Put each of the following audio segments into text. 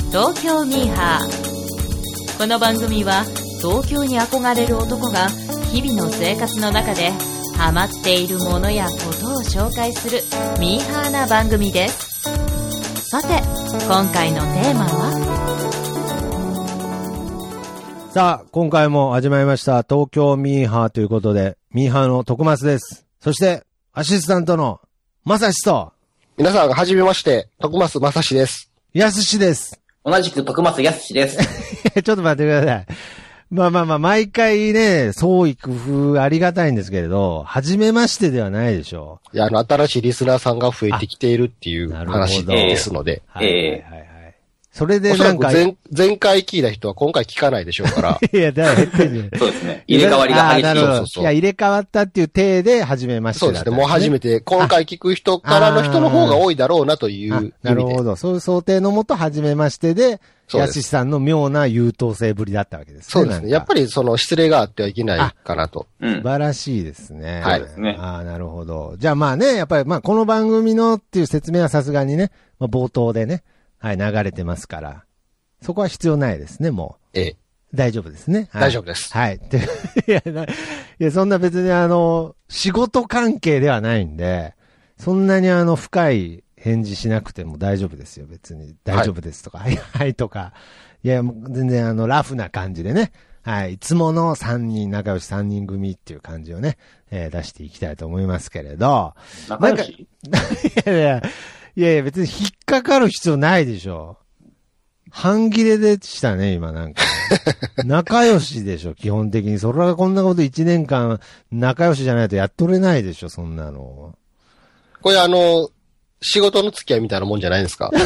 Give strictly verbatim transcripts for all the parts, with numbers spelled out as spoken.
東京ミーハー。この番組は東京に憧れる男が日々の生活の中でハマっているものやことを紹介するミーハーな番組です。さて、今回のテーマは、 さあ、今回も始まりました東京ミーハーということで、ミーハーの徳松です。そしてアシスタントのまさしと、 皆さんはじめまして、徳松まさしです。 やすしです。 同じく徳松やすしです。 ちょっと待ってください。まあまあまあ、毎回ね、創意工夫ありがたいんですけれど、初めましてではないでしょう。いや、あの、新しいリスナーさんが増えてきているっていう話ですので。 はいはいはいはい。それでなんか。 前、前回聞いた人は今回聞かないでしょうから。 いや、だからそうですね。入れ替わりが激しい。 そうそうそう。いや、入れ替わったっていう体で初めましてだった、ね。 そうですね。もう初めて、今回聞く人からの人の方が多いだろうなという意味で。 なるほど。そういう想定のもと初めましてで、やすしさんの妙な優等生ぶりだったわけですね。 そうですね。やっぱりその失礼があってはいけないかなと。 素晴らしいですね。 はい。 そうですね。 ああ、なるほど。じゃあまあね、やっぱりまあこの番組のっていう説明はさすがにね、まあ、冒頭でね、はい、流れてますから。そこは必要ないですね、もう。 ええ。 大丈夫ですね。 はい、大丈夫です。 はい。いや、いや、そんな別にあの、仕事関係ではないんで、そんなにあの、深い返事しなくても大丈夫ですよ、別に。大丈夫ですとか、はい、はい、とか。いや、全然あの、ラフな感じでね。はい。いつものさんにん、仲良しさんにん組っていう感じをね、えー、出していきたいと思いますけれど。 仲良し？ いやいや、いやいや、別に引っかかる必要ないでしょ。半切れでしたね、今なんか。仲良しでしょ、基本的に。それはこんなこといちねんかん仲良しじゃないとやっとれないでしょ、そんなの。 これあの、仕事の付き合いみたいなもんじゃないですか。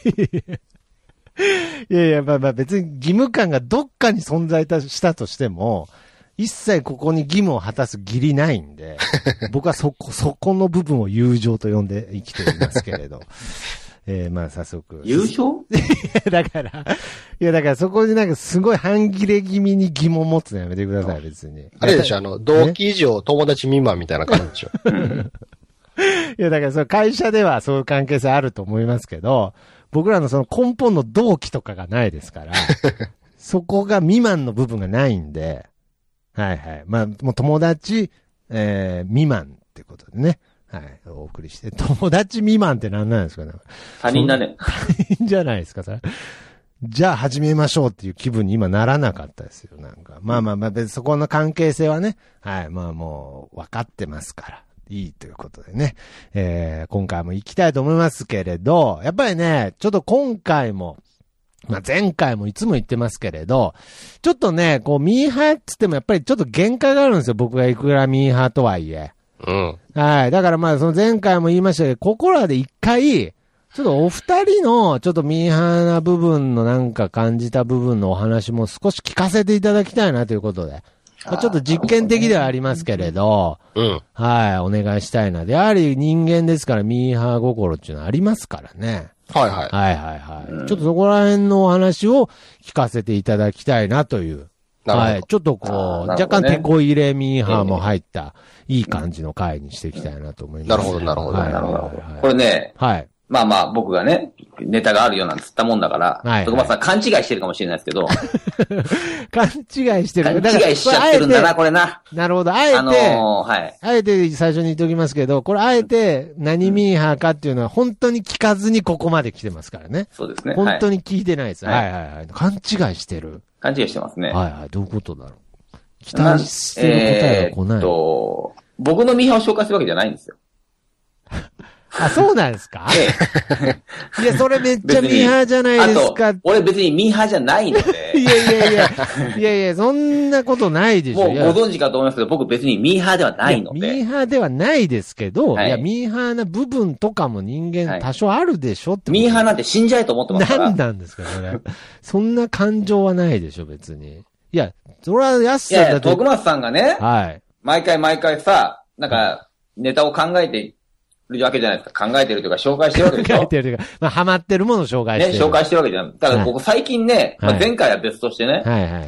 いやいや、まあまあ別に義務感がどっかに存在したとしても、一切ここに義務を果たす義理ないんで、僕はそこ、そこの部分を友情と呼んで生きていますけれど。えー、まあ早速。 優勝？ いや、だから、いや、だからそこになんかすごい半切れ気味に疑問持つのやめてください、別に。 あれでしょ、あの、同期以上友達未満みたいな感じでしょ。 いや、だからその会社ではそういう関係性あると思いますけど、僕らのその根本の同期とかがないですから、そこが未満の部分がないんで、はいはい。まあ、もう友達、えー、未満ってことでね。はい。お送りして。友達未満って何なんですかね。 他人だね。 他人じゃないですか、それ。じゃあ始めましょうっていう気分に今ならなかったですよ、なんか。まあまあまあ、別にそこの関係性はね、はい。まあもう分かってますから。いいということでね。えー、今回も行きたいと思いますけれど、やっぱりね、ちょっと今回も、まあ前回もいつも言ってますけれど、ちょっとね、こうミーハーって言ってもやっぱりちょっと限界があるんですよ、僕がいくらミーハーとはいえ。 うん。 はい。だからまあ、その前回も言いましたけど、ここらで一回、ちょっとお二人の、ちょっとミーハーな部分のなんか感じた部分のお話も少し聞かせていただきたいなということで。まあ、ちょっと実験的ではありますけれど、 うん。 はい、お願いしたいな。で、やはり人間ですからミーハー心っていうのはありますからね。 はいはい。 はいはいはい。うん、ちょっとそこら辺のお話を聞かせていただきたいなという。はい。ちょっとこう、ね、若干手こ入れミーハーも入った、いい感じの回にしていきたいなと思います。 なるほど、なるほど。 はい、なるほど。これね、はい。まあまあ、僕がね、ネタがあるよなんつったもんだから、はい。徳松さん勘違いしてるかもしれないですけど。 勘違いしてる。 勘違いしちゃってるんだな、これな。 なるほど。あえて、あのー、はい。 あえて最初に言っておきますけど、これあえて何ミーハーかっていうのは本当に聞かずにここまで来てますからね。 そうですね。 本当に聞いてないです。はい、はい、はいはい。勘違いしてる。 勘違いしてますね。 はいはい。どういうことだろう。期待してる答えが来ない。 えー、っと、僕のミーハーを紹介するわけじゃないんですよ。 あ、そうなんですか？いや、それめっちゃミーハーじゃないですか。 あと、俺別にミーハーじゃないので。 いやいやいや、いやいや、そんなことないでしょ。 もうご存知かと思いますけど、僕別にミーハーではないので。 ミーハーではないですけど、はい、いや、ミーハーな部分とかも人間多少あるでしょって、 はい。ミーハーなんて死んじゃえと思ってますから。 何なんですか、それ。そんな感情はないでしょ、別に。いや、それは安さんだと。いや、 徳松さんがね、 はい。 毎回毎回さ、なんか、ネタを考えてるわけじゃないですか。考えてるというか、紹介してるわけでしょ。 考えてるというか、まあ、ハマってるものを紹介してる。 ね、紹介してるわけじゃない。ただ、僕最近ね、はい、まあ、前回は別としてね、 はいはいはい。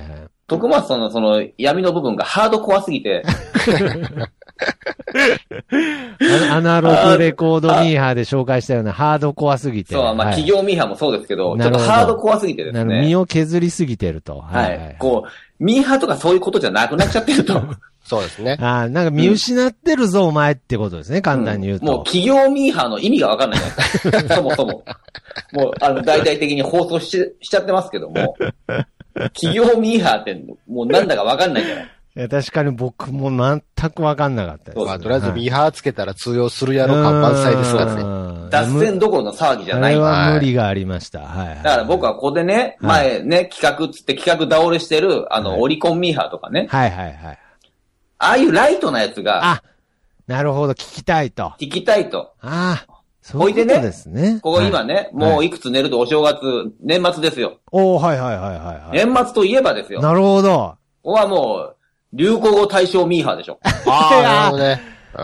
徳松さんのその闇の部分がハードコアすぎて。 アナログレコードミーハーで紹介したようなハードコアすぎて。 そう、まあ、はい、企業ミーハーもそうですけど、ちょっとハードコアすぎてですね。 身を削りすぎてると。 はい。はいはい、こう、ミーハーとかそういうことじゃなくなっちゃってると。 そうですね。 ああ、なんか見失ってるぞ、うん、お前ってことですね、簡単に言うと。 うん、もう企業ミーハーの意味がわかんないじゃないですか。そもそも。もう、あの、大々的に放送し、しちゃってますけども。企業ミーハーって、もうなんだかわかんないじゃない。 いや、確かに僕も全くわかんなかったです、ね。 まあ、とりあえずミーハーつけたら通用するやろ看板祭ですからね。 脱線どころの騒ぎじゃない。 あれは無理がありました。はい、はい。 だから僕はここでね、前ね、企画つって企画倒れしてる、あの、はい、オリコンミーハーとかね。 はいはいはい。 ああいうライトなやつが。 あ、なるほど、聞きたいと。 聞きたいと。 ああ、そういうことですね。 ここ今ね、はい、もういくつ寝るとお正月、年末ですよ。 おー、はいはいはいはい、はい。 年末といえばですよ。 なるほど。 ここはもう、流行語大賞ミーハーでしょ。 ああ、なるほどね。うん。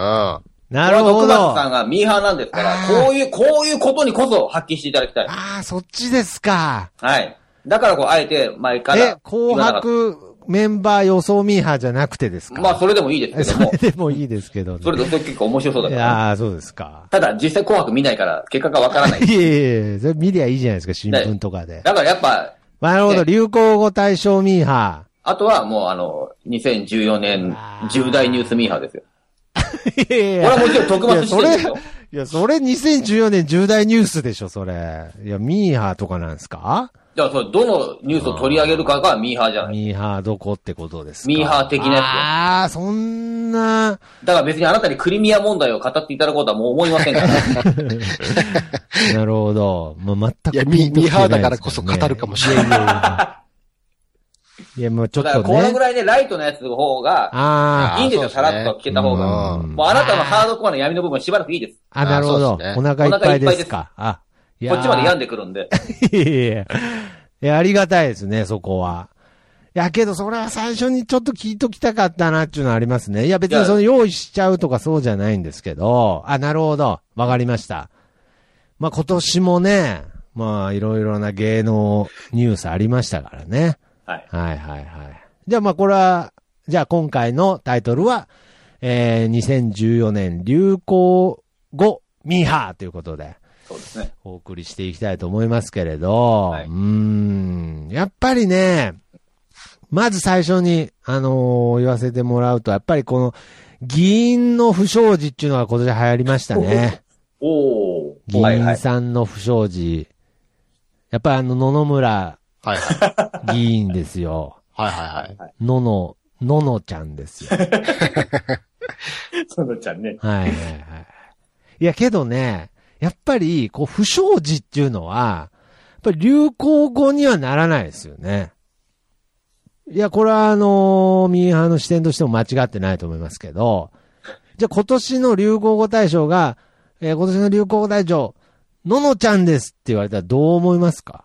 なるほど。 徳松さんがミーハーなんですから、こういう、こういうことにこそ発揮していただきたい。 ああ、そっちですか。 はい。だからこう、あえて前から。 え、紅白メンバー予想ミーハーじゃなくてですか？ まあ、それでもいいですけども。 それでもいいですけど、ね。 それで結構面白そうだから、ね。 ああ、そうですか。 ただ、実際紅白見ないから、結果がわからない。 いえいえ、それ見りゃいいじゃないですか、新聞とかで。 だからやっぱ。 なるほど、ね、流行語大賞ミーハー。 あとはもうあの、にせんじゅうよねん重大ニュースミーハーですよ。 いやいや。 これはもちろん特別してるんですよ。 いや、それにせんじゅうよねん重大ニュースでしょ、それ。いや、ミーハーとかなんですか？ じゃあ、それ、どのニュースを取り上げるかがミーハーじゃない。 ミーハーどこってことですか？ ミーハー的なやつ。 ああ、そんな。 だから別にあなたにクリミア問題を語っていただくことはもう思いませんから。 なるほど。まあ、全く、ね。 いや、ミーハーだからこそ語るかもしれない。いやいやいやいや、もうちょっとね。 だからこのぐらいね、ライトのやつの方が、いいんですよ、さらっと聞けた方が。ね、もうあなたのハードコアの闇の部分はしばらくいいです。 あ、なるほど。ね、お腹いっぱいですか。あ、 いやこっちまで病んでくるんで。 いやいや。いや、ありがたいですね、そこは。いや、けどそれは最初にちょっと聞いときたかったなっていうのはありますね。いや、別にその用意しちゃうとかそうじゃないんですけど、あ、なるほど。わかりました。まあ、今年もね、まあ、いろいろな芸能ニュースありましたからね。 はい。 はいはいはい。じゃあまあこれは、じゃあ今回のタイトルは、えー、にせんじゅうよねん流行語ミーハーということで。 そうですね。 お送りしていきたいと思いますけれど、はい、うーん、やっぱりね、まず最初に、あのー、言わせてもらうと、やっぱりこの、議員の不祥事っていうのが今年流行りましたね。 おー。 議員さんの不祥事。はいはい、やっぱりあの、野々村議員ですよ。 はいはいはい。 のの、ののちゃんですよ。 ののちゃんね。 はいはいはい。いやけどね、やっぱり、こう、不祥事っていうのは、やっぱり流行語にはならないですよね。いや、これはあのー、ミーハーの視点としても間違ってないと思いますけど、じゃあ今年の流行語大賞が、えー、今年の流行語大賞、ののちゃんですって言われたらどう思いますか？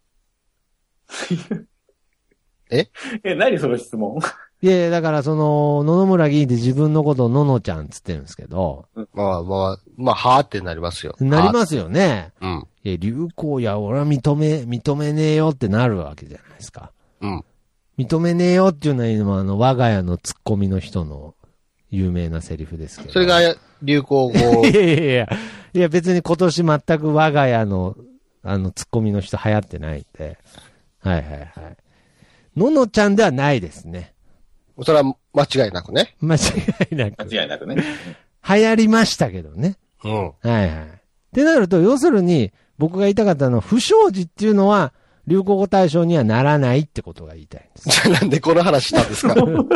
ええ、何その質問？ いや、だからその、野々村議員って自分のことをののちゃんつってるんですけど。 まあまあ、まあ、はーってなりますよ。 なりますよね。 うん。 いや、流行、いや、俺は認め、認めねえよってなるわけじゃないですか。 うん。 認めねえよっていうのは今、あの、我が家のツッコミの人の有名なセリフですけど。 それが流行語。 いやいやいや、いや別に今年全く我が家の、あの、ツッコミの人流行ってないんで。はいはいはい。ののちゃんではないですね。 それは間違いなくね。 間違いなく。 間違いなくね。 流行りましたけどね。 うん。 はいはい。ってなると、要するに、僕が言いたかったのは、不祥事っていうのは、流行語大賞にはならないってことが言いたいんです。 じゃあなんでこの話したんですか？なんでこ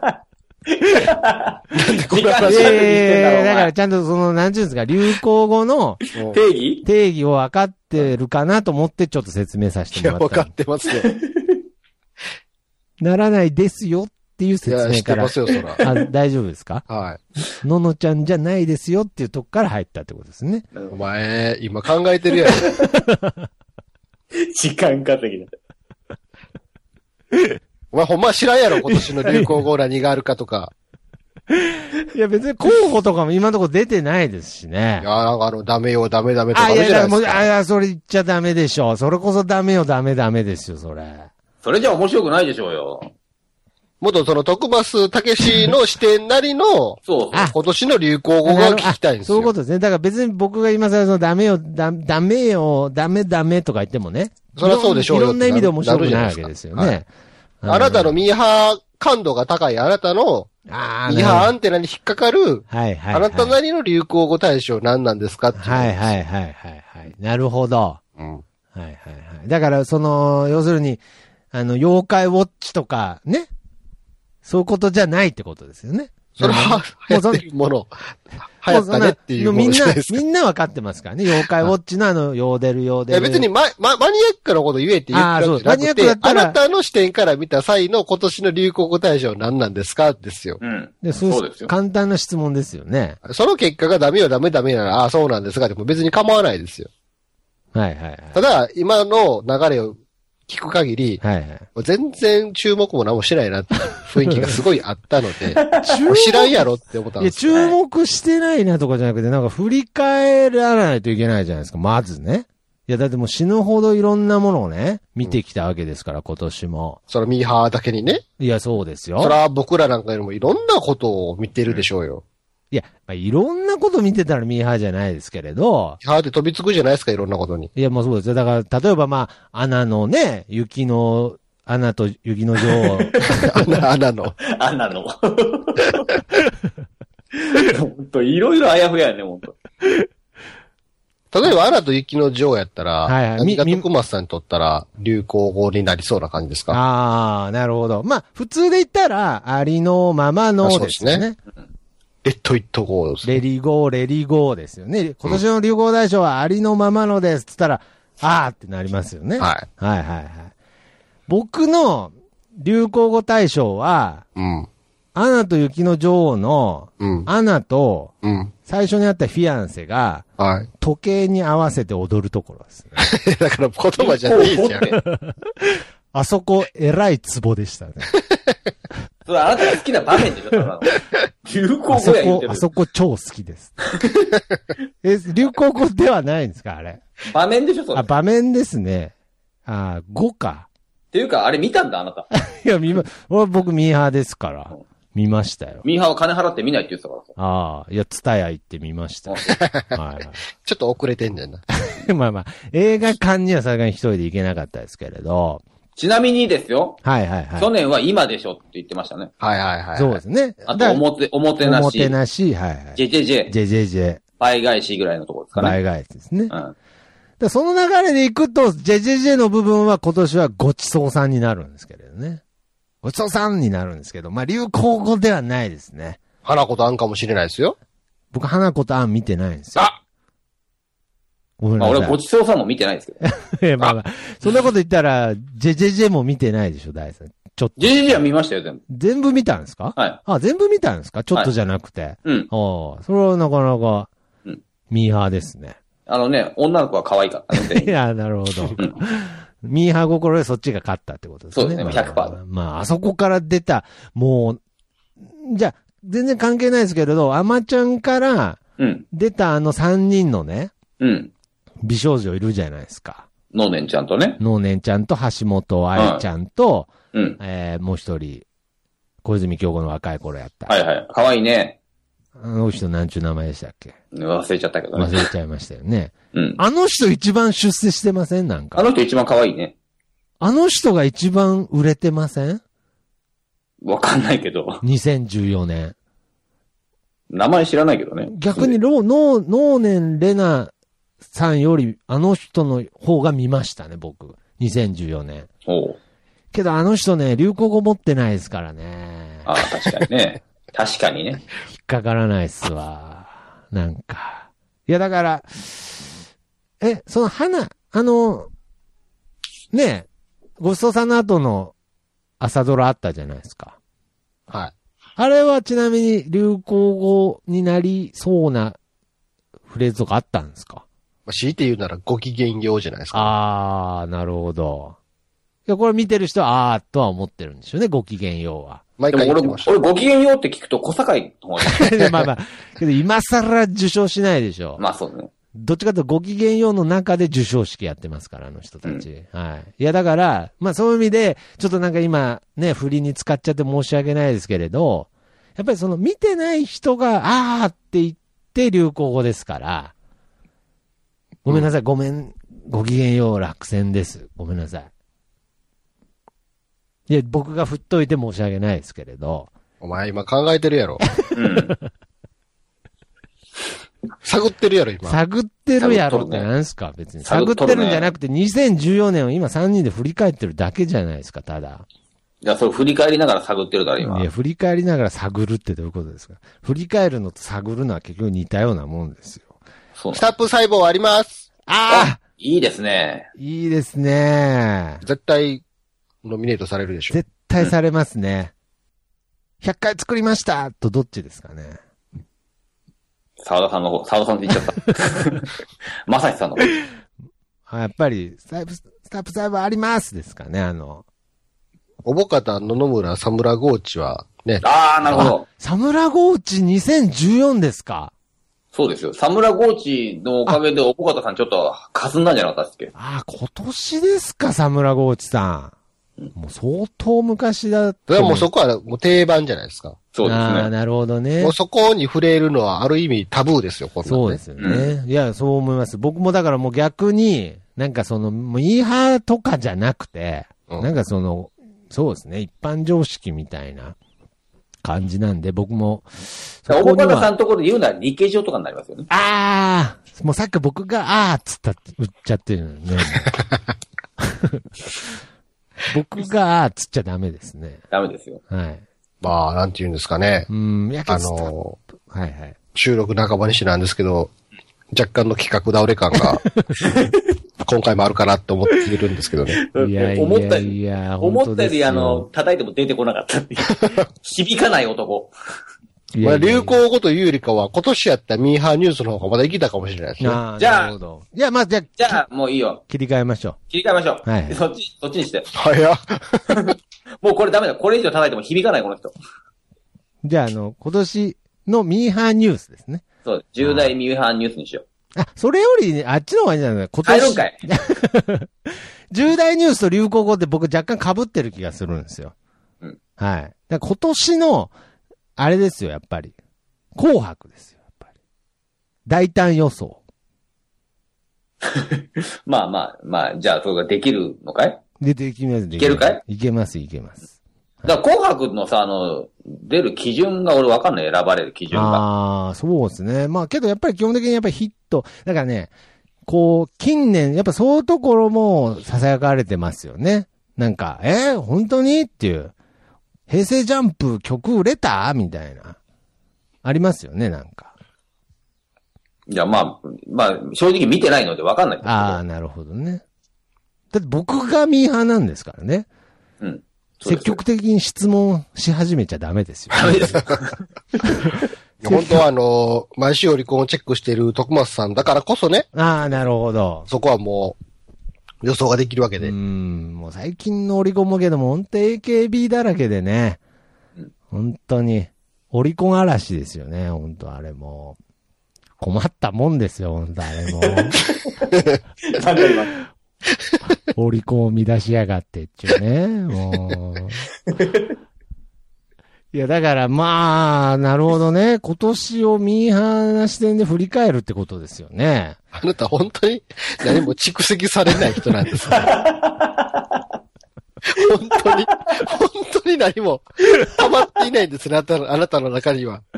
の話したんですか？だからちゃんとその、なんていうんですか、流行語の定義定義を分かってるかなと思ってちょっと説明させてもらった。 いや、分かってますよ。 ならないですよっていう説明から。 いや、知ってますよ、そら。 あ、大丈夫ですか？ はい。 ののちゃんじゃないですよっていうとこから入ったってことですね。 お前、今考えてるやろ。 時間稼ぎだ。 お前ほんま知らんやろ、今年の流行語何があるかとか。 いや別に候補とかも今のところ出てないですしね。 いや、なんかあの、ダメよ、ダメダメとかあるじゃないですか。あ、いや、もう、 あ、いや、それ言っちゃダメでしょ。それこそダメよ、ダメダメですよ、それ。 それじゃ面白くないでしょうよ。 元その徳増たけしの視点なりの、 そうそう。 今年の流行語が聞きたいんですよ。 そういうことですね。だから別に僕が今さらそのダメよ、ダダメよ、ダメダメとか言ってもね。 そりゃそうでしょうよ。 いろんな意味で面白くないわけですよね。はい、 あなたのミーハー感度が高いあなたの、ミーハーアンテナに引っかかる、はいはい、あなたなりの流行語大賞何なんですかっていう。 はいはいはいはいはい。なるほど。うん。はいはいはい。だからその、要するに、あの、妖怪ウォッチとか、ね。そういうことじゃないってことですよね。 それは、流行ってるもの。流行ったねっていうものじゃないですか。 みんな、みんなわかってますからね。妖怪ウォッチのあの、ヨーデルヨーデル。 いや別にマ、マ、マニアックなこと言えって言ってるわけじゃなくて、マニアックだったらあなたの視点から見た際の今年の流行語大賞何なんですかですよ。 うん。 で、そうですよ。簡単な質問ですよね。 その結果がダメよダメダメなら、ああ、そうなんですかでも別に構わないですよ。 はいはいはい。 ただ、今の流れを聞く限り、はいはい、全然注目も何もしてないなって雰囲気がすごいあったので、知らんやろって思ったんですよ。 いや、注目してないなとかじゃなくて、なんか振り返らないといけないじゃないですか、まずね。いや、だってもう死ぬほどいろんなものをね、見てきたわけですから、うん、今年も。 そのミーハーだけにね。 いや、そうですよ。 それは僕らなんかよりもいろんなことを見てるでしょうよ。 いや、まあ、いろんなこと見てたらミーハーじゃないですけれど。 ミーハーって飛びつくじゃないですか、いろんなことに。 いや、もうそうですよ。だから、例えばまあ、アナのね、雪の、アナと雪の女王。 アナ、アナの。 アナの。ほんと、いろいろあやふややね、ほんと。 例えば、アナと雪の女王やったら、はいはい、何が徳松さんにとったら流行語になりそうな感じですか？ ああ、なるほど。まあ、普通で言ったら、ありのままのですね。そうですね。 レッドイットゴーですね。 レリゴー、レリゴーですよね。今年の流行大賞はありのままのですって言ったら、あーってなりますよね。 はい。 はいはいはい。僕の流行語大賞は、うん。アナと雪の女王の、うん。アナと、うん。最初にあったフィアンセが、はい。時計に合わせて踊るところですね。 だから言葉じゃないじゃん。 あそこ、えらいツボでしたね。 それあなたが好きな場面でしょ、その流行語や言ってる。 あそこ、あそこ超好きです。え、流行語ではないんですか、あれ。 場面でしょ、それ。 あ、場面ですね。あ、ごか。 っていうか、あれ見たんだ、あなた。 いや、見ま、僕ミーハーですから。うん、見ましたよ。 ミーハーは金払って見ないって言ってたからさ。 ああ、いや、ツタヤ行って見ました。はい。 ちょっと遅れてんねんな。 まあまあ、映画館にはさすがに一人で行けなかったですけれど。 ちなみにですよ。 はいはいはい。 去年は今でしょって言ってましたね。 はいはいはい。 そうですね。 あと、おもて、おもてなし。 おもてなし、はいはい。 ジェジェジェ。 ジェジェジェ。 倍返しぐらいのところですかね。 倍返しですね。うん。でその流れでいくと、ジェジェジェの部分は今年はごちそうさんになるんですけれどね。ごちそうさんになるんですけど、まあ流行語ではないですね。 花子とあんかもしれないですよ。 僕、花子とあん見てないんですよ。 あごめんなさい。まあ、俺、ごちそうさんも見てないですけど。 いや、まあまあ、そんなこと言ったら、ジェジェジェも見てないでしょ、大さん。ちょっと。 ジェジェジェは見ましたよ、全部。 全部見たんですか？ はい。 あ、全部見たんですか？ちょっとじゃなくて。はい、 うん。 ああ、それはなかなか、うん。ミーハーですね。 あのね、女の子は可愛かったので。 いや、なるほど。ミーハー心でそっちが勝ったってことですね。 そうですね、ひゃくパーセント。 まあ、あそこから出た、もう、じゃあ、全然関係ないですけれど、アマちゃんから、出たあのさんにんのね、 うん。 美少女いるじゃないですか。 のーねんちゃんとね。 のーねんちゃんと橋本愛ちゃんと、 うん。 えー、もう一人、小泉京子の若い頃やった。 はいはい。可愛いね。 あの人なんちゅう名前でしたっけ？ 忘れちゃったけどね。 忘れちゃいましたよね。 うん。 あの人一番出世してません？なんか。 あの人一番可愛いね。 あの人が一番売れてません？ わかんないけど。 にせんじゅうよねん。 名前知らないけどね。 逆にロー、ノー、ノーネンレナさんよりあの人の方が見ましたね、僕。にせんじゅうよねん。 おう。 けどあの人ね、流行語持ってないですからね。 ああ、確かにね。確かにね。 引っかからないっすわ。なんか。いや、だから、え、その花、あの、ねえ、ごちそうさんの後の朝ドラあったじゃないですか。 はい。 あれはちなみに流行語になりそうなフレーズとかあったんですか？ まあ、強いて言うならごきげんようじゃないですか。 あー、なるほど。いや、これ見てる人はあーとは思ってるんでしょうね、ごきげんようは。 毎回言ってました。 俺、俺ごきげんようって聞くと小堺の方まあまあ、けど今更受賞しないでしょ。 まあそうね。 どっちかというとご機嫌ようの中で授賞式やってますから、あの人たち。うん、はい。いや、だから、まあそういう意味で、ちょっとなんか今、ね、振りに使っちゃって申し訳ないですけれど、やっぱりその見てない人が、あーって言って流行語ですから、ごめんなさい、うん、ごめん、ご機嫌よう落選です。ごめんなさい。いや、僕が振っといて申し訳ないですけれど。 お前今考えてるやろ。うん。探ってるやろ、今。 探ってるやろってなんすか、別に。探ってるんじゃなくて、にせんじゅうよねんを今さんにんで振り返ってるだけじゃないですか、ただ。 いや、それ振り返りながら探ってるから、今。 いや、振り返りながら探るってどういうことですか。振り返るのと探るのは結局似たようなもんですよ。 そう。スタップ細胞あります。 ああいいですね。 いいですね。 絶対、ノミネートされるでしょ。 絶対されますね。ひゃっかい作りましたとどっちですかね。 沢田さんの方、沢田さんって言っちゃった。まさしさんの方。 やっぱり、スタップ、スタップ細胞ありますですかね、あの。 おぼかた野々村サムラゴーチはね。 ああ、なるほど。 サムラゴーチにせんじゅうよんですか。 そうですよ。サムラゴーチのおかげでおぼかたさんちょっと霞んだんじゃなかったっけ。 ああ、今年ですか、サムラゴーチさん。もう相当昔だった。 でももうそこはもう定番じゃないですか。 そうですね。 ああ、なるほどね。 もうそこに触れるのはある意味タブーですよ、こんなの、ね。そうですよね、うん。いや、そう思います。僕もだからもう逆に、なんかその、ミーハーとかじゃなくて、うん、なんかその、そうですね、一般常識みたいな感じなんで、僕も。 おぼかたさんのところで言うなら理系上とかになりますよね。 ああ、もうさっき僕があーっつったって言っちゃってるのね。僕があーっつっちゃダメですね。 ダメですよ。 はい。 まあ、なんて言うんですかね。 うん、やけあの、 はいはい。 収録半ばにしてなんですけど、若干の企画倒れ感が、今回もあるかなって思っているんですけどね。 いやいや思ったより、 思ったより、あの、叩いても出てこなかったっていう。響かない男。 いやいやいや、まあ、流行語というよりかは、今年やったミーハーニュースの方がまだ生きたかもしれないですね。 あじゃあ、 なるほど。いや、まあ、じゃあ、 じゃあ、もういいよ。 切り替えましょう。 切り替えましょう。 はい。 そっち、そっちにして。 早っ。 もうこれダメだ。これ以上叩いても響かない、この人。 じゃあ、あの、今年のミーハーニュースですね。 そう、重大ミーハーニュースにしよう。あ、それよりね、あっちの方がいいんじゃない今年。 入るんかい。 重大ニュースと流行語って僕若干被ってる気がするんですよ。 うん。 はい。だから今年の、あれですよ、やっぱり。紅白ですよ、やっぱり。大胆予想。 まあまあ、まあ、じゃあ、それができるのかいで、できます。 いけるかいいけます、いけます。 だから紅白のさ、あの、出る基準が俺わかんない。選ばれる基準が。 ああ、そうですね。まあけどやっぱり基本的にやっぱりヒット。だからね、こう、近年、やっぱそういうところも囁かれてますよね。なんか、えー、本当にっていう。平成ジャンプ曲売れたみたいな。ありますよね、なんか。 いや、まあ、まあ、正直見てないのでわかんない。 ああ、なるほどね。だって僕がミーハーなんですからね。 うん。 積極的に質問し始めちゃダメですよ、ね。 ダメですよ。 本当はあの、毎週オリコンをチェックしている徳松さんだからこそね。 ああ、なるほど。 そこはもう、予想ができるわけで。 うん、もう最近のオリコンもけども、本当 エーケービー だらけでね。うん、本当に、オリコン嵐ですよね、本当あれも。困ったもんですよ、本当あれも。 なんだ今。 オリコンを乱しやがってっちゅうね、もう。いや、だからまあ、なるほどね。今年をミーハーな視点で振り返るってことですよね。 あなた本当に何も蓄積されない人なんですね。本当に、本当に何も溜まっていないんですね、あなたの、あなたの中には。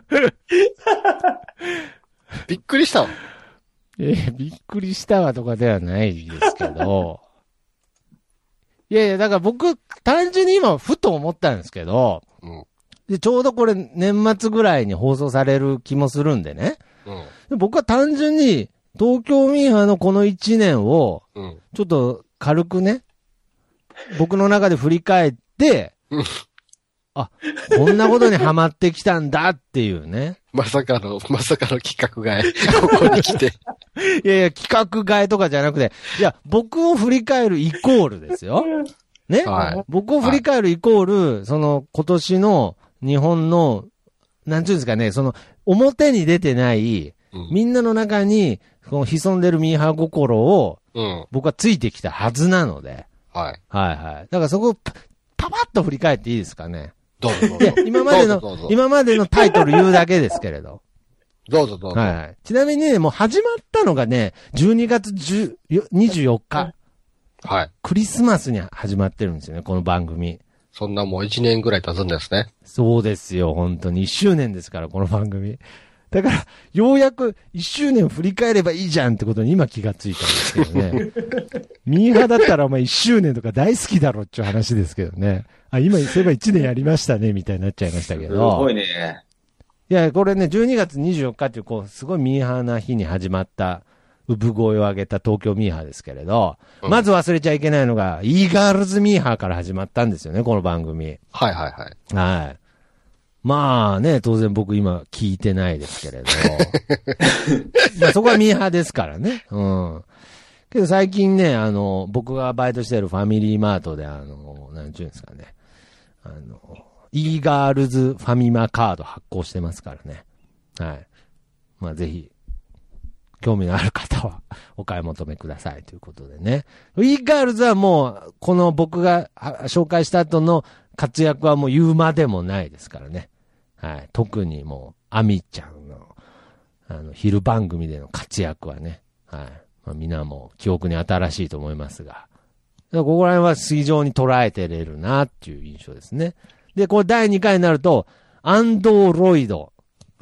びっくりしたわ。 えー、びっくりしたわとかではないですけど。いやいや、だから僕、単純に今、ふと思ったんですけど、うん、でちょうどこれ、年末ぐらいに放送される気もするんでね。うん、で僕は単純に、東京ミーハーのこの一年を、ちょっと軽くね、僕の中で振り返って、あ、こんなことにハマってきたんだっていうね。 まさかの、まさかの企画替え、ここに来て。 いやいや、企画替えとかじゃなくて、いや、僕を振り返るイコールですよ。ね、はい、僕を振り返るイコール、はい、その今年の日本の、なんていうんですかね、その表に出てない、うん、みんなの中にこの潜んでるミーハー心を、 うん。 僕はついてきたはずなので。 はい。 はいはい。だからそこをパ、パパッと振り返っていいですかね。 どうぞどうぞ。 いや、今までの、 どうぞどうぞ今までのタイトル言うだけですけれど。 どうぞどうぞ。 はいはい。ちなみにね、もう始まったのがね、じゅうにがつにじゅうよっか。 はい。 クリスマスに始まってるんですよね、この番組。 そんなもういちねんぐらい経つんですね。 そうですよ、本当に。いっしゅうねんですから、この番組。だから、ようやくいっしゅうねん振り返ればいいじゃんってことに今気がついたんですけどね。ミーハーだったらお前いっしゅうねんとか大好きだろっていう話ですけどね。あ、今、そういえばいちねんやりましたね、みたいになっちゃいましたけど。 すごいね。 いや、これね、じゅうにがつにじゅうよっかっていう、こう、すごいミーハーな日に始まった、産声を上げた東京ミーハーですけれど、うん、まず忘れちゃいけないのが、イーガールズミーハーから始まったんですよね、この番組。 はいはいはい。 はい。まあね、当然僕今聞いてないですけれど。まあそこはミーハーですからね。うん。けど最近ね、あの、僕がバイトしているファミリーマートで、あの、なんちゅうんですかね。あの、イーガールズファミマカード発行してますからね。はい。まあぜひ、興味のある方はお買い求めくださいということでね。イーガールズはもう、この僕が紹介した後の活躍はもう言うまでもないですからね。はい。特にもう、アミちゃんの、あの、昼番組での活躍はね。はい。まあ、みんなも記憶に新しいと思いますが。ここら辺は非常に捉えてれるなっていう印象ですね。で、これだいにかいになると、アンドロイド。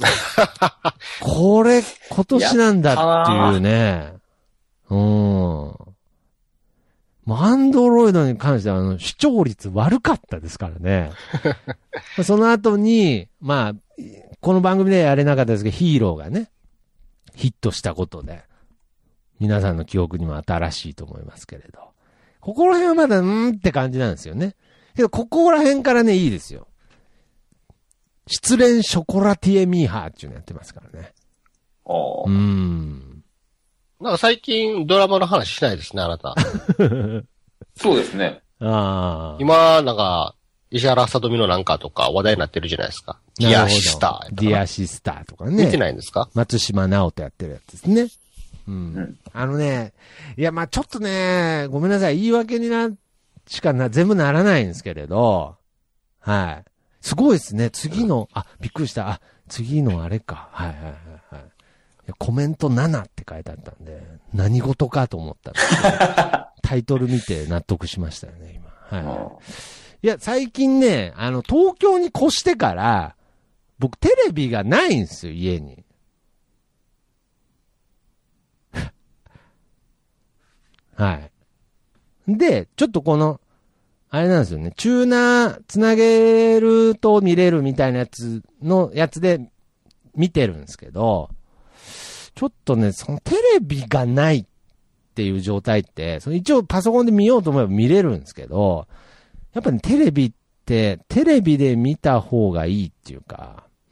これ、今年なんだっていうね。うん。もうアンドロイドに関しては、あの、視聴率悪かったですからね。その後に、まあ、この番組ではやれなかったですけど、ヒーローがね、ヒットしたことで、皆さんの記憶にも新しいと思いますけれど。ここら辺はまだ、うーんって感じなんですよね。けど、ここら辺からね、いいですよ。失恋ショコラティエミーハーっていうのやってますからね。 ああ。 うーん。 なんか最近ドラマの話しないですね、あなた。 そうですね。 ああ。 今、なんか、石原さとみのなんかとか話題になってるじゃないですか。ディアシスター。 ディアシスターとかね。 見てないんですか？ 松島直人やってるやつですね。うん。うん、あのね、いや、まあちょっとね、ごめんなさい。言い訳にな、しかな、全部ならないんですけれど、はい。すごいですね。次の、あ、びっくりした。あ、次のあれか。はいはいはいはい。いやコメントななって書いてあったんで、何事かと思ったんですけどタイトル見て納得しましたよね、今。はい。いや、最近ね、あの、東京に越してから、僕テレビがないんですよ、家に。はい。で、ちょっとこの、あれなんですよね、チューナーつなげると見れるみたいなやつのやつで見てるんですけど、ちょっとね、そのテレビがないっていう状態って、その一応パソコンで見ようと思えば見れるんですけど、やっぱね、テレビって、テレビで見た方がいいっていうか、うん。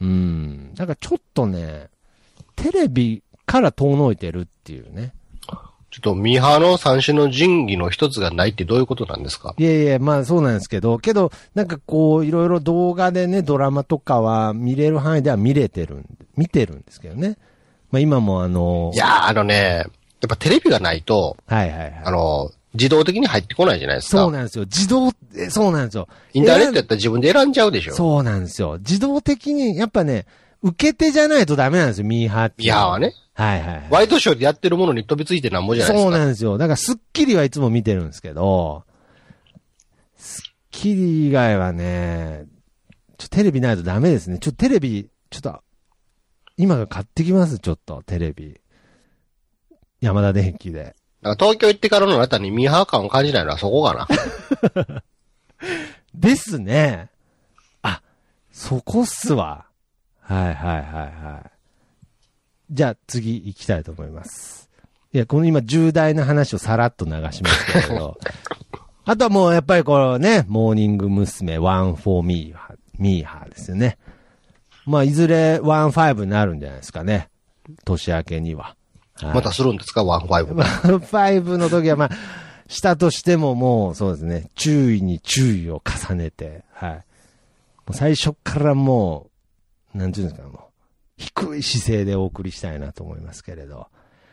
なんかちょっとね、テレビから遠のいてるっていうね。 ちょっとミーハーの三種の神器の一つがないってどういうことなんですか？ いやいや、まあそうなんですけど、けど、なんかこう、いろいろ動画でね、ドラマとかは見れる範囲では見れてるんで、見てるんですけどね。まあ今もあの、 いやー、あのね、やっぱテレビがないと、 はいはいはい。 あの、自動的に入ってこないじゃないですか。 そうなんですよ。自動、そうなんですよ。 インターネットやったら自分で選んじゃうでしょ。 そうなんですよ。自動的に、やっぱね、受け手じゃないとダメなんですよ、ミーハーって。 ミーハーはね。 はいはい、はい。 ワイドショーでやってるものに飛びついてなんぼじゃないですか。 そうなんですよ。だからスッキリはいつも見てるんですけど、スッキリ以外はね、ちょ、テレビないとダメですね。ちょ、テレビ、ちょっと、今が買ってきます、ちょっと、テレビ。山田電機で。 だから東京行ってからのあなたにミーハー感を感じないのはそこかな。 ですね。あ、そこっすわ。はいはいはいはい。じゃあ次行きたいと思います。いや、この今重大な話をさらっと流しましたけど。あとはもうやっぱりこのね、モーニング娘。ワンフォーミーハー、ミーハーですよね。まあいずれワンファイブになるんじゃないですかね。年明けには。 はい、またするんですかワンファイブ。 ワンファイブの時はまあ、したとしてももうそうですね、注意に注意を重ねて、はい。もう最初からもう、なんていうんですか、もう、低い姿勢でお送りしたいなと思いますけれど。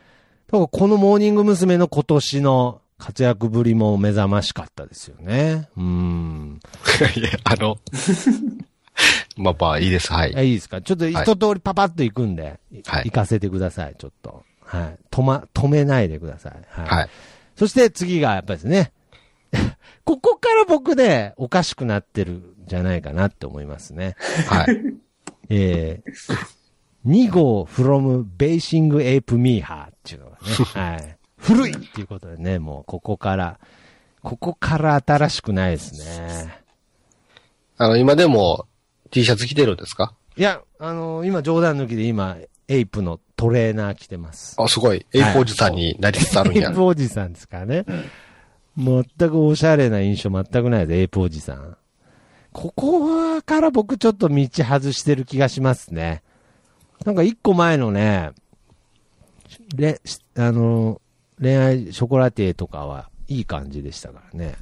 だからこのモーニング娘。の今年の活躍ぶりも目覚ましかったですよね。うーん。 いや、あの、まあまあいいです。はい。 いいですか。ちょっと一通りパパッと行くんで、はい、行かせてください、ちょっと。はい。止ま、止めないでください。はい。はい、そして次がやっぱりですね、ここから僕でおかしくなってるんじゃないかなって思いますね。はい。えー、に号 from Basing Ape Miha っていうのがね、はい。古いっていうことでね、もうここから、ここから新しくないですね。 あの、今でも T シャツ着てるんですか？ いや、あのー、今冗談抜きで今、エイプのトレーナー着てます。 あ、すごい。エイプおじさんになりつつあるんや。 エイプおじさんですからね。全くおしゃれな印象全くないです、エイプおじさん。ここから僕ちょっと道外してる気がしますね。なんか一個前のね、れ、あの、恋愛ショコラティエとかはいい感じでしたからね。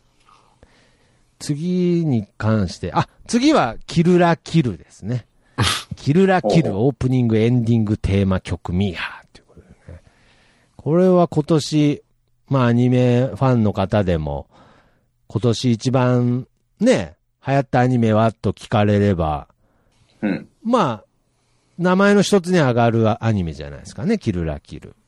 次に関して、あ、次はキルラキルですね。キルラキルオープニングエンディングテーマ曲ミーハーっていうことでね。これは今年、まあアニメファンの方でも、今年一番ね、流行ったアニメはと聞かれれば、うん、まあ、名前の一つに上がるアニメじゃないですかね、キルラキル。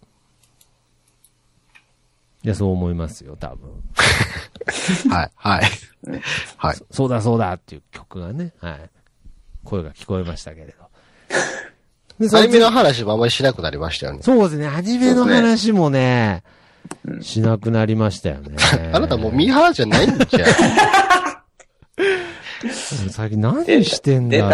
いや、そう思いますよ、多分。 はい、はい。はいそ。そうだそうだっていう曲がね、はい。声が聞こえましたけれど。 でアニメの話もあんまりしなくなりましたよね。 そうですね、アニメの話もね、ねしなくなりましたよね。 あなたもうミーハーじゃないんじゃん。 最近何してんだろう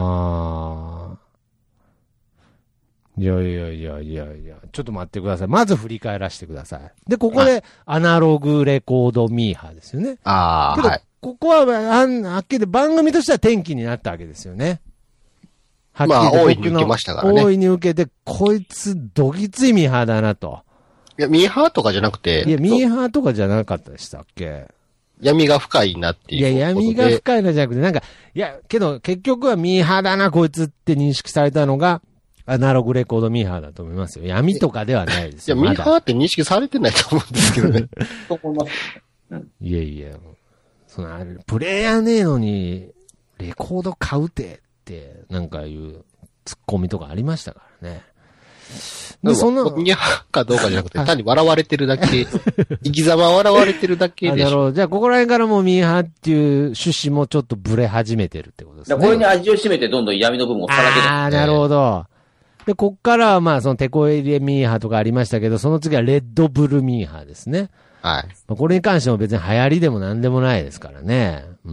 ないやいやいやいやいや、ちょっと待ってください。まず振り返らせてください。で、ここでアナログレコードミーハーですよね。 ああ、はい。 ここは、あん、はっきり番組としては転機になったわけですよね。 はっきりまあ、大いに受けましたからね。 大いに受けて、こいつ、どぎついミーハーだなと。 いや、ミーハーとかじゃなくて。 いや、ミーハーとかじゃなかったでしたっけ？ 闇が深いなっていう。 いや、闇が深いのじゃなくて、なんか、いや、けど、結局はミーハーだな、こいつって認識されたのが、アナログレコードミーハーだと思いますよ。闇とかではないですよ。 いや、ミーハーって認識されてないと思うんですけどね。 いやいや、そのあれ、プレイヤーねえのに、レコード買うてって、なんかいうツッコミとかありましたからね。 で、そんな。ミーハーかどうかじゃなくて、単に笑われてるだけ、生き様笑われてるだけでしょ。なるほど。 じゃあ、ここら辺からもうミーハーっていう趣旨もちょっとブレ始めてるってことですね。 これに味を占めてどんどん闇の部分をさらけ出す、ね。 ああ、なるほど。で、こっからはまあ、そのテコ入れミーハーとかありましたけど、その次はレッドブルミーハーですね。 はい。 まあ、これに関しても別に流行りでも何でもないですからね。うん。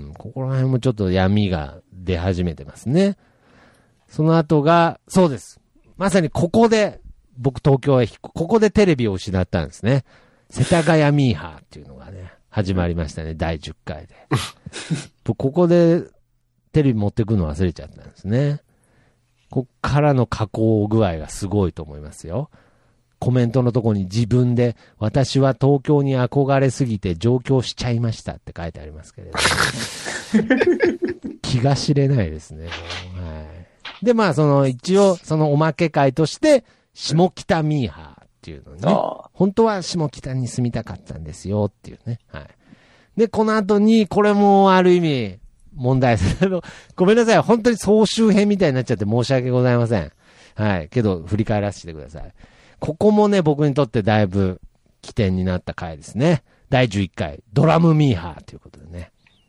ここら辺もちょっと闇が出始めてますね。その後が、そうです。まさにここで、僕東京へ、ここでテレビを失ったんですね。世田谷ミーハーっていうのがね、始まりましたね。だいじゅっかいで。ここでテレビ持ってくの忘れちゃったんですね。こっからの加工具合がすごいと思いますよ。コメントのとこに自分で私は東京に憧れすぎて上京しちゃいましたって書いてありますけれど。気が知れないですね。はい、で、まあその一応そのおまけ会として下北ミーハーっていうのね。本当は下北に住みたかったんですよっていうね。はい。で、この後にこれもある意味問題です。ごめんなさい。本当に総集編みたいになっちゃって申し訳ございません。はい。けど振り返らせてください。ここもね、僕にとってだいぶ起点になった回ですね。だいじゅういっかい、ドラムミーハーということでね。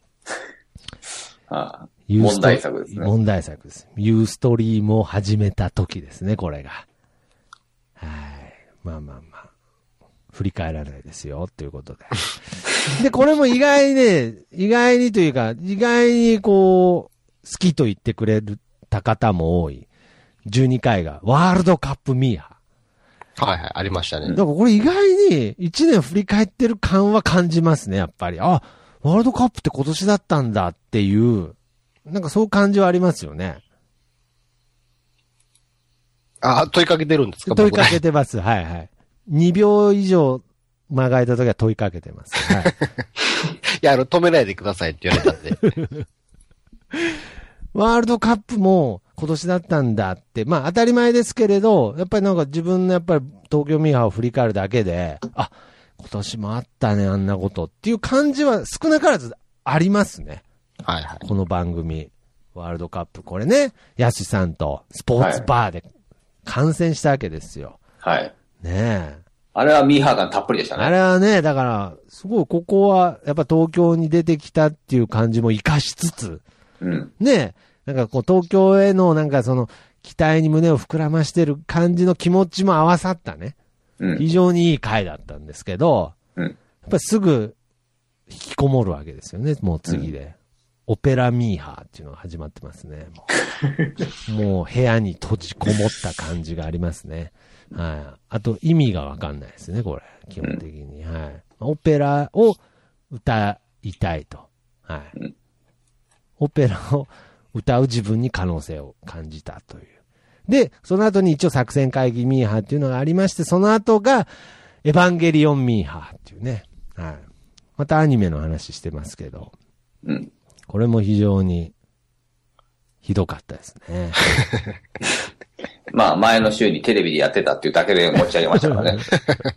ああ、問題作ですね。 問題作です。ユーストリームを始めた時ですね、これが。はい。まあまあまあ。振り返らないですよ、ということで。で、これも意外にね、意外にというか、意外にこう、好きと言ってくれた方も多い。じゅうにかいが、ワールドカップミーハー。 はいはい、ありましたね。 だからこれ意外に一年振り返ってる感は感じますね、やっぱり。あ、ワールドカップって今年だったんだっていう、なんかそういう感じはありますよね。 あ、問いかけてるんですか？ 問いかけてます。はいはい。にびょう以上間が空いた時は問いかけてます。はい。いや、あの、止めないでくださいって言われたんで。 ワールドカップも今年だったんだって、まあ当たり前ですけれど、やっぱりなんか自分のやっぱり東京ミーハーを振り返るだけで、あ、今年もあったね、あんなことっていう感じは少なからずありますね。 はいはい。 この番組、ワールドカップ、これね、ヤシさんとスポーツバーで観戦したわけですよ。 はい。 ねえ。 あれはミーハー感たっぷりでしたね。 あれはね、だから、すごいここは、やっぱ東京に出てきたっていう感じも活かしつつ、 うん。 ねえ、なんかこう東京へのなんかその、期待に胸を膨らましてる感じの気持ちも合わさったね。うん。非常にいい回だったんですけど、うん。やっぱりすぐ、引きこもるわけですよね、もう次で。うん、オペラミーハーっていうのが始まってますね。もう、もう部屋に閉じこもった感じがありますね。はい。あと意味がわかんないですね、これ。基本的に。はい。オペラを歌いたいと。はい。オペラを歌う自分に可能性を感じたという。で、その後に一応作戦会議ミーハーっていうのがありまして、その後がエヴァンゲリオンミーハーっていうね。はい。またアニメの話してますけど。うん。これも非常にひどかったですね。 まあ前の週にテレビでやってたっていうだけで持ち上げましたからね。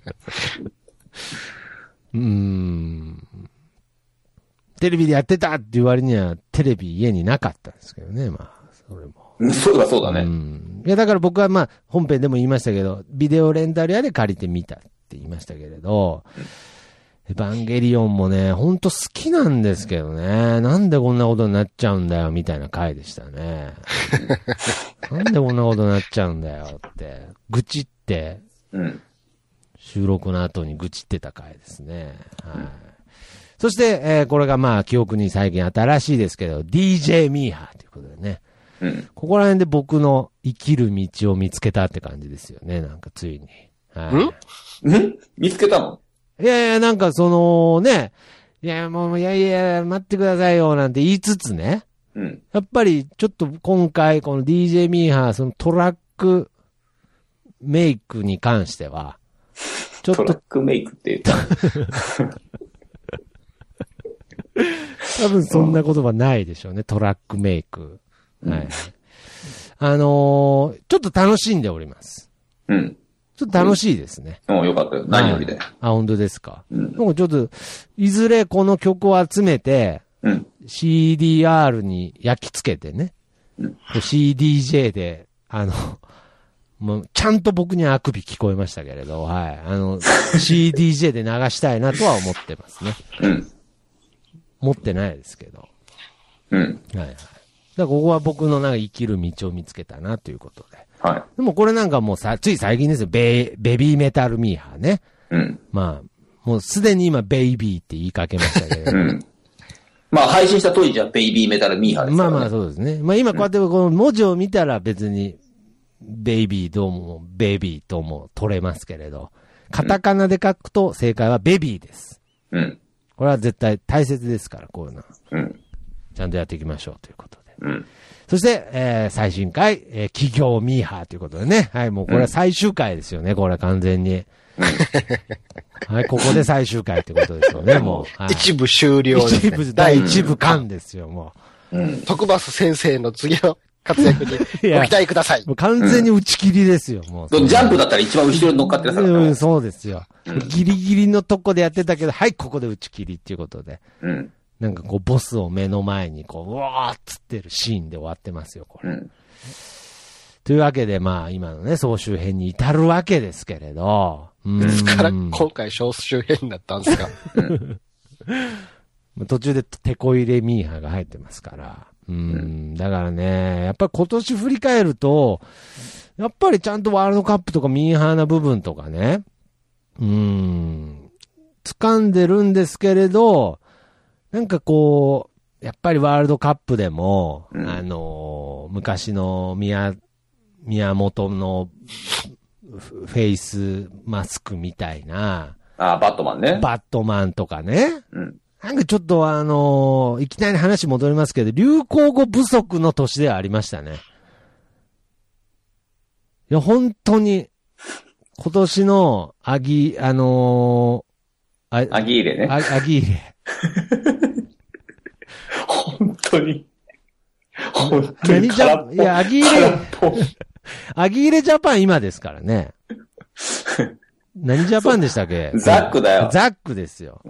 うーん。テレビでやってたっていう割にはテレビ家になかったんですけどね、まあ、それも。 そうだそうだね。うん。いやだから僕はまあ本編でも言いましたけど、ビデオレンタル屋で借りてみたって言いましたけれど、うん、エヴァンゲリオンもね、ほんと好きなんですけどね。なんでこんなことになっちゃうんだよ、みたいな回でしたね。なんでこんなことになっちゃうんだよって、愚痴って、うん、収録の後に愚痴ってた回ですね。はい。うん、そして、えー、これがまあ、記憶に最近新しいですけど、ディージェー ミーハーということでね。うん、ここら辺で僕の生きる道を見つけたって感じですよね、なんかついに。 はい、んん見つけたの？ いやいや、なんかそのね、いやもう、いやいや、待ってくださいよ、なんて言いつつね。うん。やっぱり、ちょっと今回、この ディージェー ミーハー、そのトラックメイクに関しては、ちょっと。 トラックメイクって言った。 多分そんな言葉ないでしょうね、トラックメイク。はい。うん、あのー、ちょっと楽しんでおります。うん。ちょっと楽しいですね。 うん、よかったよ。何よりで。 あ、本当ですか。うん。でもちょっと、いずれこの曲を集めて、うん。シーディーアール に焼き付けてね。うん。シーディージェー で、あの、もう、ちゃんと僕にあくび聞こえましたけれど、はい。あの、シーディージェー で流したいなとは思ってますね。うん。持ってないですけど。うん。はいはい。だからここは僕のなんか生きる道を見つけたなということで。はい。でもこれなんかもうさ、つい最近ですよ。ベイ、ベビーメタルミーハーね。うん。まあ、もうすでに今ベイビーって言いかけましたけど。うん。 まあ配信した当時じゃベイビーメタルミーハーですからね。 まあまあそうですね。まあ今こうやってこの文字を見たら別に、ベイビーどうも、ベイビーとも取れますけれど。カタカナで書くと正解はベビーです。うん。これは絶対大切ですから、こういうのは。うん。ちゃんとやっていきましょうということで。うん。そして、えー、最新回、えー、企業ミーハーということでね。はい、もうこれは最終回ですよね、これは完全に。はい、ここで最終回ってことですよね、もう。はい、 一部終了です、ね。 一部、第一部間ですよ、もう。うん。徳増先生の次の活躍にご期待ください。 もう完全に打ち切りですよ、もう。 ジャンプだったら一番後ろに乗っかってたから、ね。 うん、そうですよ。うん、ギリギリのとこでやってたけど、はい、ここで打ち切りっていうことで。うん。なんかこう、ボスを目の前にこう、うわーっつってるシーンで終わってますよ、これ。うん、というわけで、まあ、今のね、総集編に至るわけですけれど。 ですから、今回総集編になったんですか。 途中でテコ入れミーハーが入ってますから。うん、だからね、やっぱり今年振り返ると、やっぱりちゃんとワールドカップとかミーハーな部分とかね、うん、掴んでるんですけれど、なんかこう、やっぱりワールドカップでも、うん、あのー、昔の宮、宮本のフェイスマスクみたいな。 ああ、バットマンね。 バットマンとかね。うん。なんかちょっとあのー、いきなり話戻りますけど、流行語不足の年ではありましたね。いや、本当に、今年のアギ、あのー、あアギーレね。 アアギーレ。 本当に。本当に。 何ジャいや、アギーレ、アギーレジャパン今ですからね。 何ジャパンでしたっけ？ ザックだよ。 ザックですよ。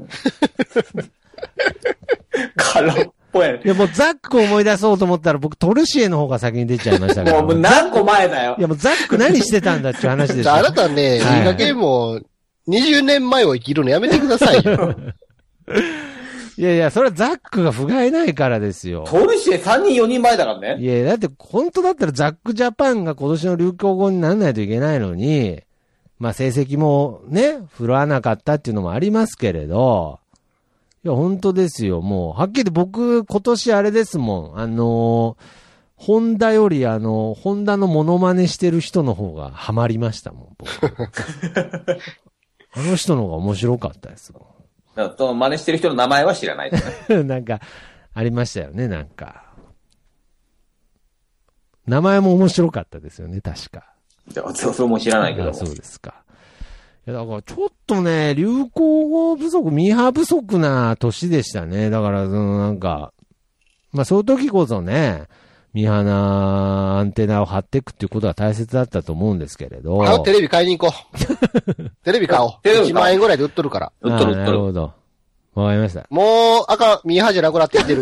カロっぽい。 いやもうザックを思い出そうと思ったら僕トルシエの方が先に出ちゃいましたから。 もう何個前だよ。 いやもうザック何してたんだっていう話ですよ。 あなたね、いい加減もうにじゅうねんまえを生きるのやめてくださいよ。 いやいや、それはザックが不甲斐ないからですよ。 トルシエさんにんよにんまえだからね。 いや、だって本当だったらザックジャパンが今年の流行語にならないといけないのに、まあ成績もね、振るわなかったっていうのもありますけれど、いや本当ですよ。もう、はっきり言って僕今年あれですもん。あのー、ホンダよりあの、ホンダのモノマネしてる人の方がハマりましたもん、僕。あの人の方が面白かったですもん。 その真似してる人の名前は知らないですね。 なんか、ありましたよね、なんか。名前も面白かったですよね、確か。 それも知らないけど。 そうですか。いや、だからちょっとね、流行語不足、ミーハー不足な年でしたね。だから、そのなんか、まあそういう時こそね、ミーハーなアンテナを張っていくっていうことが大切だったと思うんですけれど。 あ、テレビ買いに行こう。テレビ買おう。いちまんえんぐらいで売っとるから。 売っとる売っとる。 なるほど。わかりました。 もう、あかん、ミーハーじゃなくなってきてる。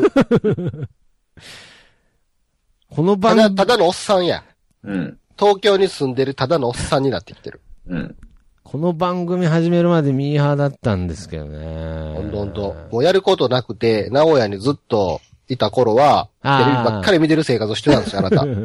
この番組。ただ、ただのおっさんや。 うん。 東京に住んでるただのおっさんになってきてる。 うん。 この番組始めるまでミーハーだったんですけどね。 ほんとほんと。もうやることなくて、名古屋にずっといた頃は、テレビばっかり見てる生活をしてたんですよ、あなた。うん。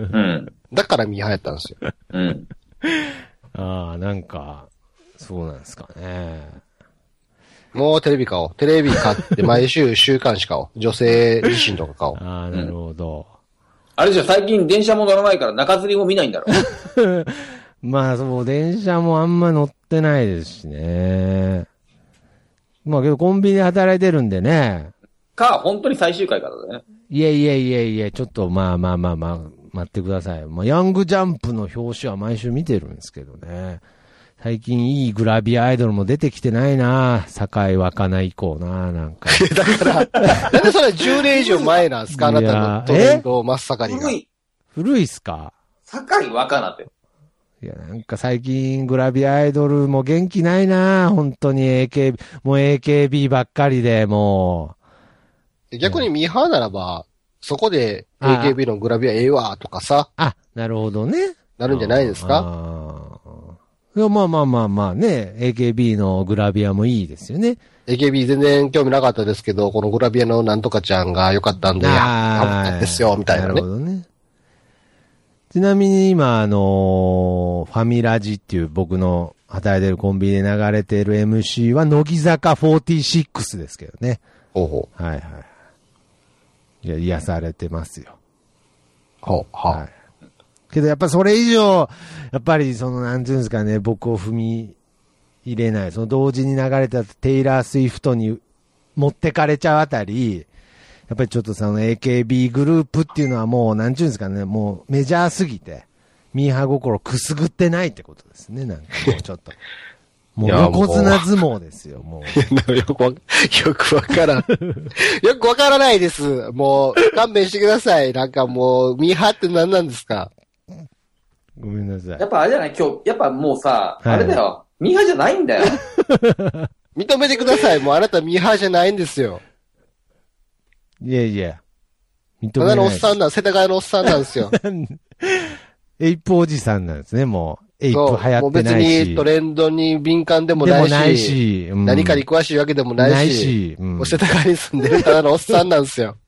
だからミーハーやったんですよ。 うん。 ああ、なんか、そうなんですかね。 もうテレビ買おう。テレビ買って毎週週刊誌買おう。女性自身とか買おう。 ああ、なるほど。うん、 あれじゃ最近電車も乗らないから中吊りも見ないんだろう。 まあそう、電車もあんま乗ってないですしね。まあけどコンビニで働いてるんでね。 か、本当に最終回からだね。 いやいやいやいや、ちょっとまあまあまあまあ、待ってください。まあヤングジャンプの表紙は毎週見てるんですけどね。最近いいグラビアアイドルも出てきてないな、堺若菜以降な、なんか。 だから、なんでそれじゅうねん以上前なんすか、あなたのトレンド真っ盛りが。 古い。 古いっすか？ 堺若菜って。 いや、なんか最近グラビアアイドルも元気ないな、本当に エーケービー、もう エーケービー ばっかりで、もう。逆にミーハーならば、そこで エーケービー のグラビアええわ、とかさ。 あ、なるほどね。 なるんじゃないですか？ いや、まあまあまあまあね、エーケービー のグラビアもいいですよね。 エーケービー 全然興味なかったですけど、このグラビアのなんとかちゃんが良かったんで、ああ、ですよ、みたいなね。 なるほどね。ちなみに今、あのー、ファミラジっていう僕の働いてるコンビニで流れている エムシー は乃木坂フォーティーシックスですけどね。 ほうほう。はいはい。いや、癒されてますよ。 ほう、は、はい。 けどやっぱそれ以上、やっぱりその、なんていうんですかね、僕を踏み入れない。その同時に流れたテイラー・スウィフトに持ってかれちゃうあたり、やっぱりちょっとその エーケービー グループっていうのはもう、なんていうんですかね、もうメジャーすぎて、ミーハー心くすぐってないってことですね、なんかもうちょっと。もう横綱相撲ですよ、もう。よくわ、よくわからん。よくわからないです。もう、勘弁してください。なんかもう、ミーハーって何なんですか？ ごめんなさい。 やっぱあれじゃない今日、やっぱもうさ、はい、あれだよ。ミーハーじゃないんだよ。 認めてください。もうあなたミーハーじゃないんですよ。 いやいや。 認めない。ただのおっさんなん、世田谷のおっさんなんですよ。 エイプおじさんなんですね、もう。エイプ流行ってないし。もう別にトレンドに敏感でもないし。でもないし。うん、何かに詳しいわけでもないし。ないし。うん、もう世田谷に住んでるただのおっさんなんですよ。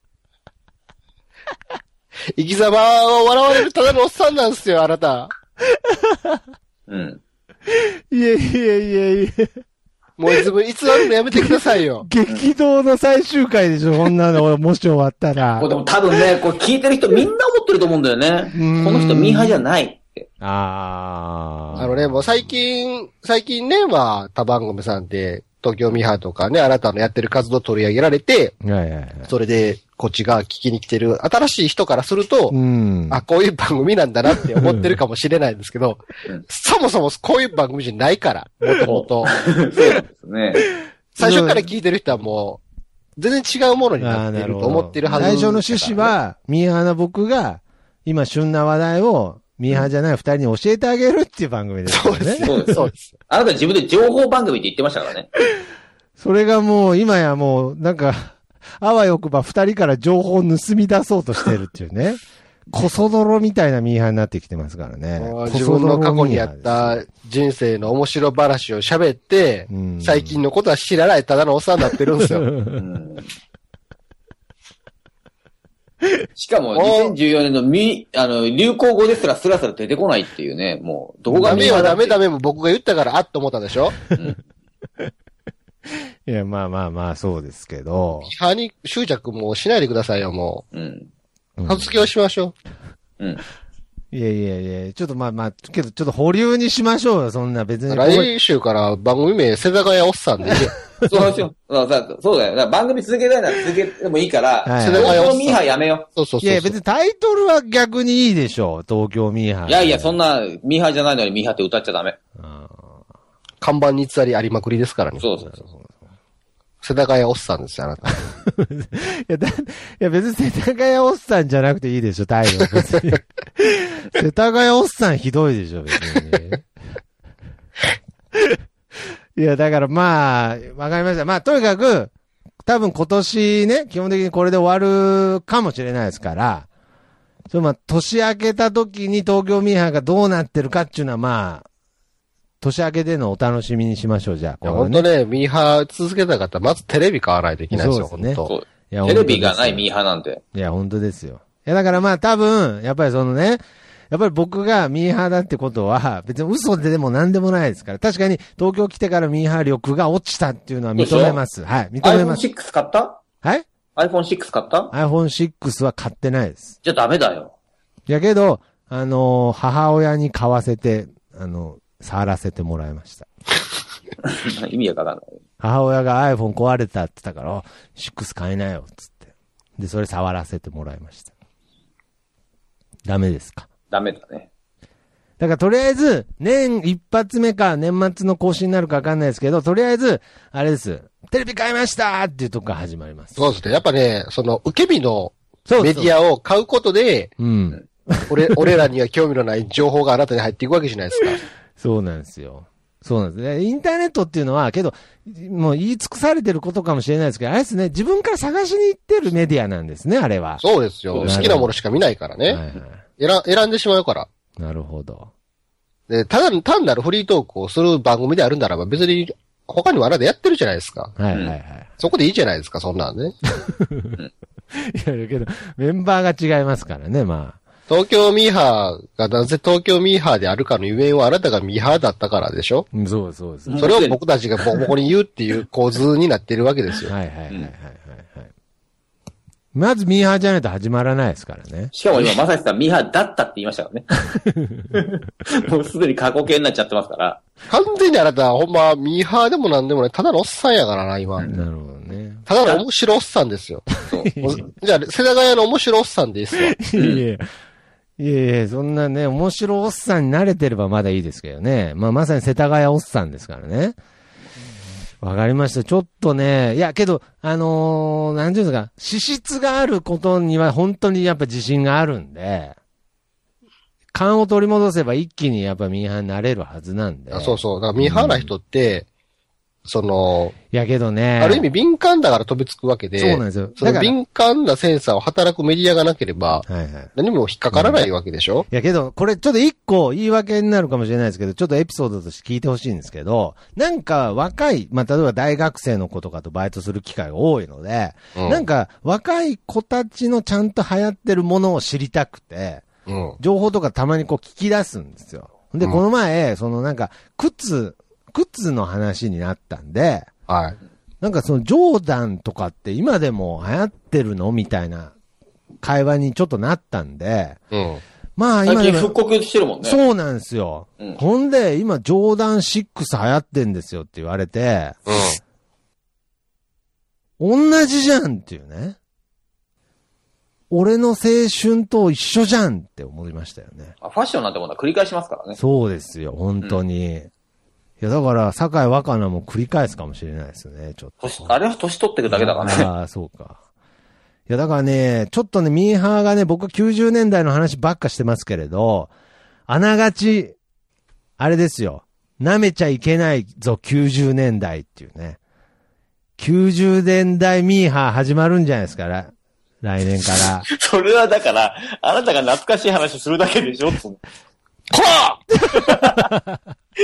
生き様を笑われるただのおっさんなんですよ、あなた。 うん。 いやいやいやいや。 もういつも、いつあるのやめてくださいよ。 激動の最終回でしょ、こんなの、もし終わったら。 でも多分ね、これ聞いてる人みんな思ってると思うんだよね。この人ミーハーじゃないって。 ああ。 あのね、もう最近、最近ね、まあ、他番組さんで、東京ミーハーとかね、あなたのやってる活動取り上げられて、 はいはいはい、 それで、こっちが聞きに来てる新しい人からすると、 うん、 あ、こういう番組なんだなって思ってるかもしれないんですけど、そもそもこういう番組じゃないから、もともと。 そうですね。 最初から聞いてる人はもう、全然違うものになっていると思ってるはず。 最初の趣旨は、ミーハーな僕が、今旬な話題を、 ミーハーじゃない二人に教えてあげるっていう番組ですよね。 そうです。そうです。あなた自分で情報番組って言ってましたからね。 それがもう、今やもう、なんか、あわよくば二人から情報を盗み出そうとしてるっていうね。こそ泥みたいなミーハーになってきてますからね。 自分の過去にあった人生の面白話を喋って、うん、最近のことは知らないただのおっさんになってるんですよ。うんしかも、にせんじゅうよねんのみ、あの、流行語ですらスラスラ出てこないっていうね、もう、どこがダメはダメダメも僕が言ったからあっと思ったでしょ、うん、 いや、まあまあまあ、そうですけど。 批判に執着もしないでくださいよ、もう。うん。はつきをしましょう。うん。 いやいやいや、ちょっとまあまあ、けどちょっと保留にしましょうよ、そんな別に。 来週から番組名、世田谷おっさんでいいよ。 そうしよう。そうだよ。だ番組続けたいなら続けてもいいから、はい、東京ミーハーやめよう。そうそうそう。 いや、別にタイトルは逆にいいでしょう、東京ミーハー。 いやいや、そんな、ミーハーじゃないのにミーハーって歌っちゃダメ。 看板に偽りありまくりですからね。 そうそうそう。 世田谷おっさんですよ、あなた。いや、だ、いや別に世田谷おっさんじゃなくていいでしょ、タイトル。別に世田谷おっさんひどいでしょ、別に。いや、だからまあ、わかりました。まあ、とにかく、多分今年ね、基本的にこれで終わるかもしれないですから、それまあ、年明けた時に東京ミーハーがどうなってるかっていうのはまあ、年明けでのお楽しみにしましょう、じゃあ。 本当ね、ミーハー続けたかったら、まずテレビ買わないといけないですよ、 そうですね。 本当。 いやテレビがないミーハーなんて。 いや、本当ですよ。いや、だからまあ多分、やっぱりそのね、やっぱり僕がミーハーだってことは、別に嘘ででも何でもないですから。確かに東京来てからミーハー力が落ちたっていうのは認めます。はい、認めます。 アイフォンシックス 買った？ はいアイフォンシックス 買ったアイフォンシックス は買ってないです。 じゃあダメだよ。 やけど、あのー、母親に買わせて、あの、触らせてもらいました。 意味がわかんない。 母親が iPhone 壊れたって言ったから、シックス買えなよ、つって。で、それ触らせてもらいました。ダメですか？ ダメだね。 だからとりあえず、年一発目か年末の更新になるかわかんないですけど、とりあえず、あれです。テレビ買いましたっていうとこから始まります。 そうですね。やっぱね、その、受け身のメディアを買うことで、 うん。 俺、俺らには興味のない情報があなたに入っていくわけじゃないですか。 そうなんですよ。そうなんですね。インターネットっていうのは、けど、もう言い尽くされてることかもしれないですけど、あれですね、自分から探しに行ってるメディアなんですね、あれは。 そうですよ。好きなものしか見ないからね。はいはい、選、選んでしまうから。 なるほど。 で、ただ、単なるフリートークをする番組であるならば、別に、他にもあなたやってるじゃないですか。 はいはいはい。 そこでいいじゃないですか、そんなんね。 いや、けど、メンバーが違いますからね、まあ。 東京ミーハーがなぜ東京ミーハーであるかのゆえんはあなたがミーハーだったからでしょ？ そうそうです。 それを僕たちがボコボコに言うっていう構図になってるわけですよ。 はいはいはいはいはい、はい。まずミーハーじゃないと始まらないですからね。 しかも今、まさしさんミーハーだったって言いましたからね。もうすでに過去形になっちゃってますから。 完全にあなたはほんまミーハーでもなんでもない、ただのおっさんやからな、今。 なるほどね。 ただの面白おっさんですよ。じゃあ、世田谷の面白おっさんでいいっすわ。 いやいや。いやいや、そんなね、面白おっさんに慣れてればまだいいですけどね。まあまさに世田谷おっさんですからね。わかりました。ちょっとね、いや、けど、あのー、なんていうんですか、資質があることには本当にやっぱ自信があるんで、勘を取り戻せば一気にやっぱミーハーになれるはずなんで。 あ、そうそう。だからミーハーな人って、うんその、 いやけどね。 ある意味敏感だから飛びつくわけで。 そうなんですよ。 その敏感なセンサーを働くメディアがなければ、はいはい、何も引っかからないわけでしょ、うん、 いやけど、これちょっと一個言い訳になるかもしれないですけど、ちょっとエピソードとして聞いてほしいんですけど、なんか若い、まあ、例えば大学生の子とかとバイトする機会が多いので、うん、なんか若い子たちのちゃんと流行ってるものを知りたくて、うん、情報とかたまにこう聞き出すんですよ。で、この前、そのなんか、靴、靴の話になったんで、 はい。 なんかそのジョーダンとかって今でも流行ってるのみたいな会話にちょっとなったんで。 うん。 まあ今でも。 最近復刻してるもんね。 そうなんですよ。うん、ほんで今ジョーダンシックス流行ってんですよって言われて。うん。同じじゃんっていうね。俺の青春と一緒じゃんって思いましたよね。 あ、ファッションなんてものは繰り返しますからね。 そうですよ、本当に。うんいや、だから、坂井若菜も繰り返すかもしれないですよね、ちょっと。 あれは年取ってるだけだからね。 ああ、そうか。いや、だからね、ちょっとね、ミーハーがね、僕きゅうじゅうねんだいの話ばっかしてますけれど、 あながち、あれですよ。舐めちゃいけないぞ、きゅうじゅうねんだいっていうね。きゅうじゅうねんだいミーハー始まるんじゃないですか、来年から。 それはだから、あなたが懐かしい話するだけでしょこら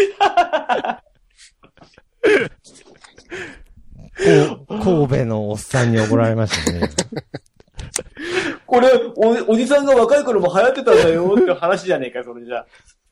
神戸のおっさんに怒られましたね。 これお、おじさんが若い頃も流行ってたんだよって話じゃねえか、それじゃ。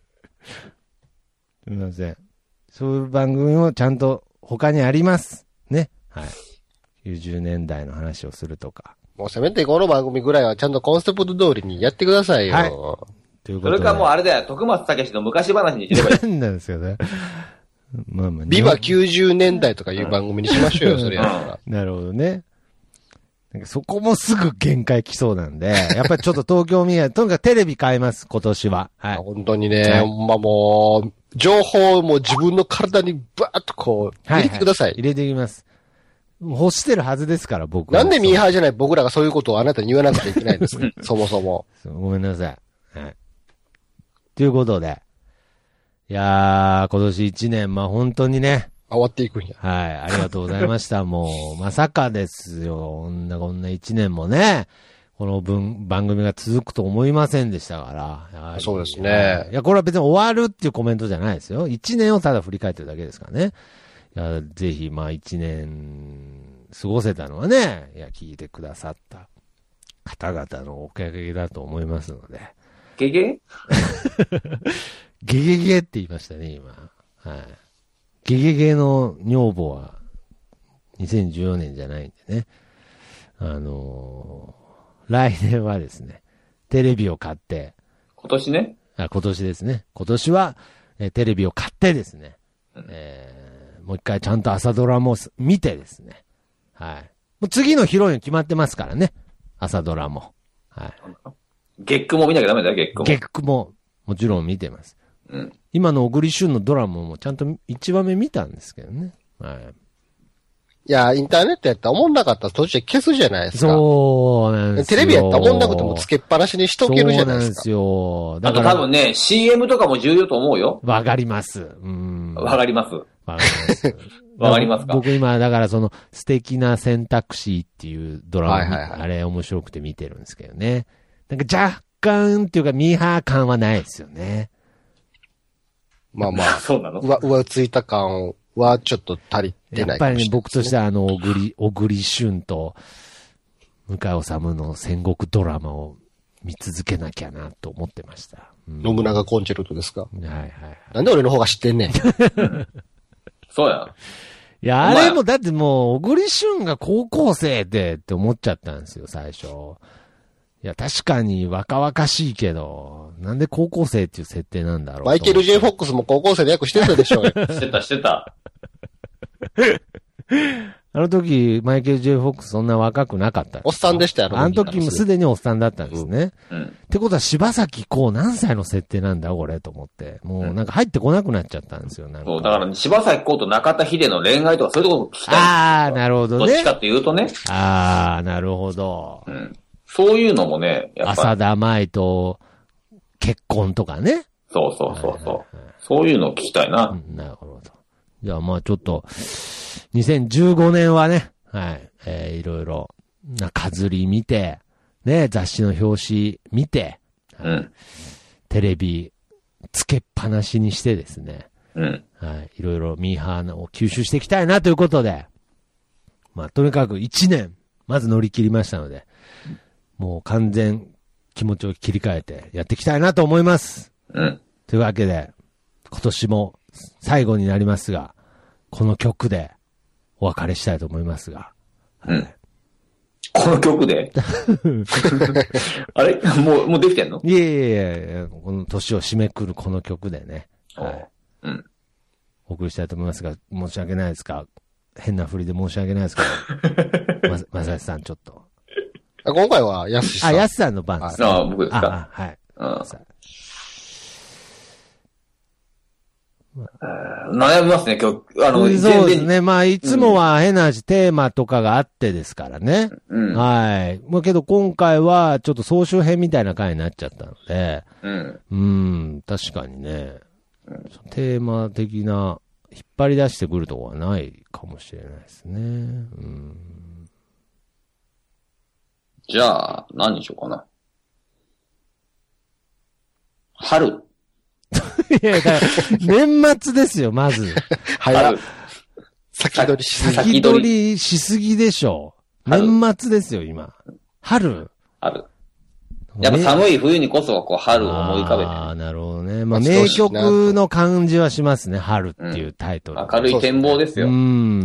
すみません。そういう番組もちゃんと他にあります。ね。はい。きゅうじゅうねんだいの話をするとか。 もうせめてこの番組ぐらいはちゃんとコンセプト通りにやってくださいよ。はい。 ということで。 それかもうあれだよ、徳松武史の昔話にすればいい。 なんなんですよね。まあまあ。 ビバきゅうじゅうねんだいとかいう番組にしましょうよ、それやったら。 なるほどね。なんかそこもすぐ限界来そうなんで、やっぱりちょっと東京ミーハー、とにかくテレビ変えます、今年は。はい。 本当にね、はい、ほんまもう、情報をもう自分の体にバーッとこう、入れてください。はいはい、 入れていきます。欲してるはずですから、僕は。なんでミーハーじゃない僕らがそういうことをあなたに言わなくちゃいけないんですかそもそも。 ごめんなさい。はい。ということで。いやー、今年一年、まあ本当にね。 終わっていくんや。 はい、ありがとうございました。もう、まさかですよ。こんなこんな一年もね、この分、番組が続くと思いませんでしたから。 そうですね。 いや、これは別に終わるっていうコメントじゃないですよ。一年をただ振り返ってるだけですからね。いや、ぜひ、まあ一年、過ごせたのはね、いや、聞いてくださった方々のおかげだと思いますので。 ゲゲゲゲゲって言いましたね、今。はい。ゲゲゲの女房はにせんじゅうよねんじゃないんでね。あのー、来年はですね、テレビを買って。 今年ね。 あ、今年ですね。今年は、えー、テレビを買ってですね、うん、えー、もう一回ちゃんと朝ドラも見てですね。はい。もう次のヒロイン決まってますからね。朝ドラも。はい。 月9も見なきゃダメだよ、月9も。 月9ももちろん見てます。うん。今の小栗旬のドラマもちゃんと一話目見たんですけどね。はい。 いや、インターネットやったら思んなかったら途中で消すじゃないですか。 そうなんですよ。 テレビやったら思んなくてもつけっぱなしにしとけるじゃないですか。そうなんですよ。 だからあと多分ね、シーエム とかも重要と思うよ。 わかります。うん。 わかります。わかります。わかりますか僕今、だからその素敵な選択肢っていうドラマ、はいはいはい、あれ面白くて見てるんですけどね。なんか若干っていうかミーハー感はないですよね。 まあまあ、 そうなの上、上ついた感はちょっと足りてない、ね。 やっぱりね、僕としてはあの、小栗、小栗旬と、向井治の戦国ドラマを見続けなきゃなと思ってました。 うん、信長コンチェルトですか？ はいはいはい。 なんで俺の方が知ってんねん。 そうや。 いや、あれもだってもう、小栗旬が高校生でって思っちゃったんですよ、最初。いや、確かに若々しいけど、なんで高校生っていう設定なんだろう。 マイケル・ジェイ・フォックスも高校生で役してたでしょ。 してた、してた。 あの時、マイケル・ジェイ・フォックスそんな若くなかった。 おっさんでしたよ、 あの時もすでにおっさんだったんですね。 うん。 ってことは柴咲コウ何歳の設定なんだ、これ、と思って。もうなんか入ってこなくなっちゃったんですよ、なんか。 そう、だから柴咲コウと中田秀の恋愛とかそういうところ聞きたい。 ああ、なるほどね。 どっちかっていうとね。 ああ、なるほど。 うん。そういうのもね、 やっぱ浅田舞と結婚とかね。 そうそうそうそう。はいはいはい、そういうのを聞きたいな。 うん、なるほど。じゃあまあちょっと、にせんじゅうごねんはね、はい、えー、いろいろな飾り見て、ね、雑誌の表紙見て、 うん、 テレビつけっぱなしにしてですね、 うん、 はい、いろいろミーハーを吸収していきたいなということで、まあとにかくいちねん、まず乗り切りましたので、もう完全気持ちを切り替えてやっていきたいなと思います。 うん。 というわけで、今年も最後になりますが、この曲でお別れしたいと思いますが。 うん。はい、この曲であれもう、もうできてんの？ いやいやいや、この年を締めくるこの曲でね。はい。 うん。 お送りしたいと思いますが、申し訳ないですか？変な振りで申し訳ないですけど。ま、まさしさんちょっと。 今回はやすしさん。 あ、やすさんの番です、 ね。ああ、僕ですか。 あはい。 あ悩みますね、今日。あの、 そうですね。まあ、いつもは変な話、テーマとかがあってですからね。 うん、 はい。まあ、けど今回はちょっと総集編みたいな回になっちゃったので。 うん。 うん、確かにね。うん、テーマ的な、引っ張り出してくるところはないかもしれないですね。うん、 じゃあ、何にしようかな。春。 いや、だから、年末ですよ、まず。 早い。先取りしすぎ。 先取りしすぎでしょ。年末ですよ、今。春。 春。やっぱ寒い冬にこそ、こう、春を思い浮かべて、ね。 ああ、なるほどね。まあ、名曲の感じはしますね、春っていうタイトル。 うん、明るい展望ですよ。 うん、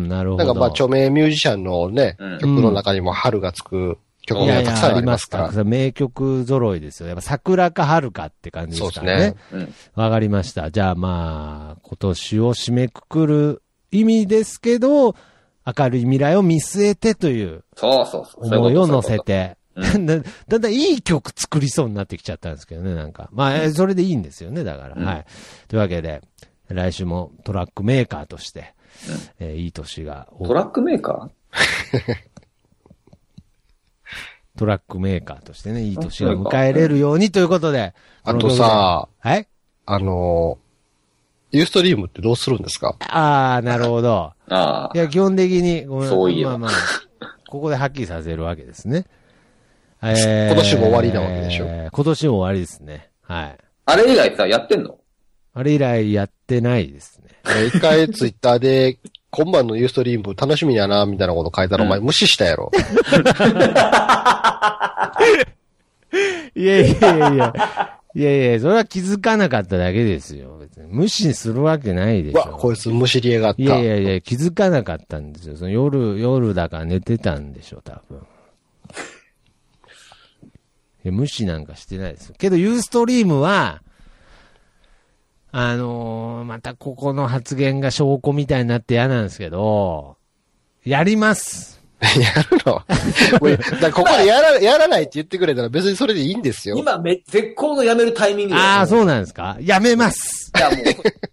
なるほど。 なんかまあ、著名ミュージシャンのね、うん、曲の中にも春がつく曲がたくさんありますから。いやいや、ありますか。名曲揃いですよ。やっぱ桜か春かって感じですからね。そうですね。わ、うん、かりました。じゃあまあ、今年を締めくくる意味ですけど、明るい未来を見据えてという。 そうそうそう。 思いを乗せて。うん、だ, だんだんいい曲作りそうになってきちゃったんですけどね、なんか。まあ、それでいいんですよね、だから。うん、はい。というわけで、来週もトラックメーカーとして、うん、えー、いい年が。 トラックメーカートラックメーカーとしてね、いい年が迎えれるようにということで。 あとさ、 はいあの、ユーストリームってどうするんですか？ ああ、なるほど。 ああ。 いや、基本的に、ごめんなさい。 そういえば。 まあまあ、ここではっきりさせるわけですね。 えー、今年も終わりなわけでしょ。 今年も終わりですね。はい。 あれ以来さ、やってんの？ あれ以来やってないですね。 一回ツイッターで、今晩のユーストリーム楽しみやな、みたいなこと書いたら、お前無視したやろ。 いやいやいやいや。いやいや、それは気づかなかっただけですよ。別に無視するわけないでしょ。 わ、こいつ無視りやがった。 いやいやいや、気づかなかったんですよ。その夜、夜だから寝てたんでしょ、多分。いや無視なんかしてないですよ。けど、ユーストリームは、あのー、またここの発言が証拠みたいになって嫌なんですけど、やります。 やるのだここでやら、やらないって言ってくれたら別にそれでいいんですよ。 今め、絶好のやめるタイミングだよ。 ああ、そうなんですか？やめます。 いや、もう。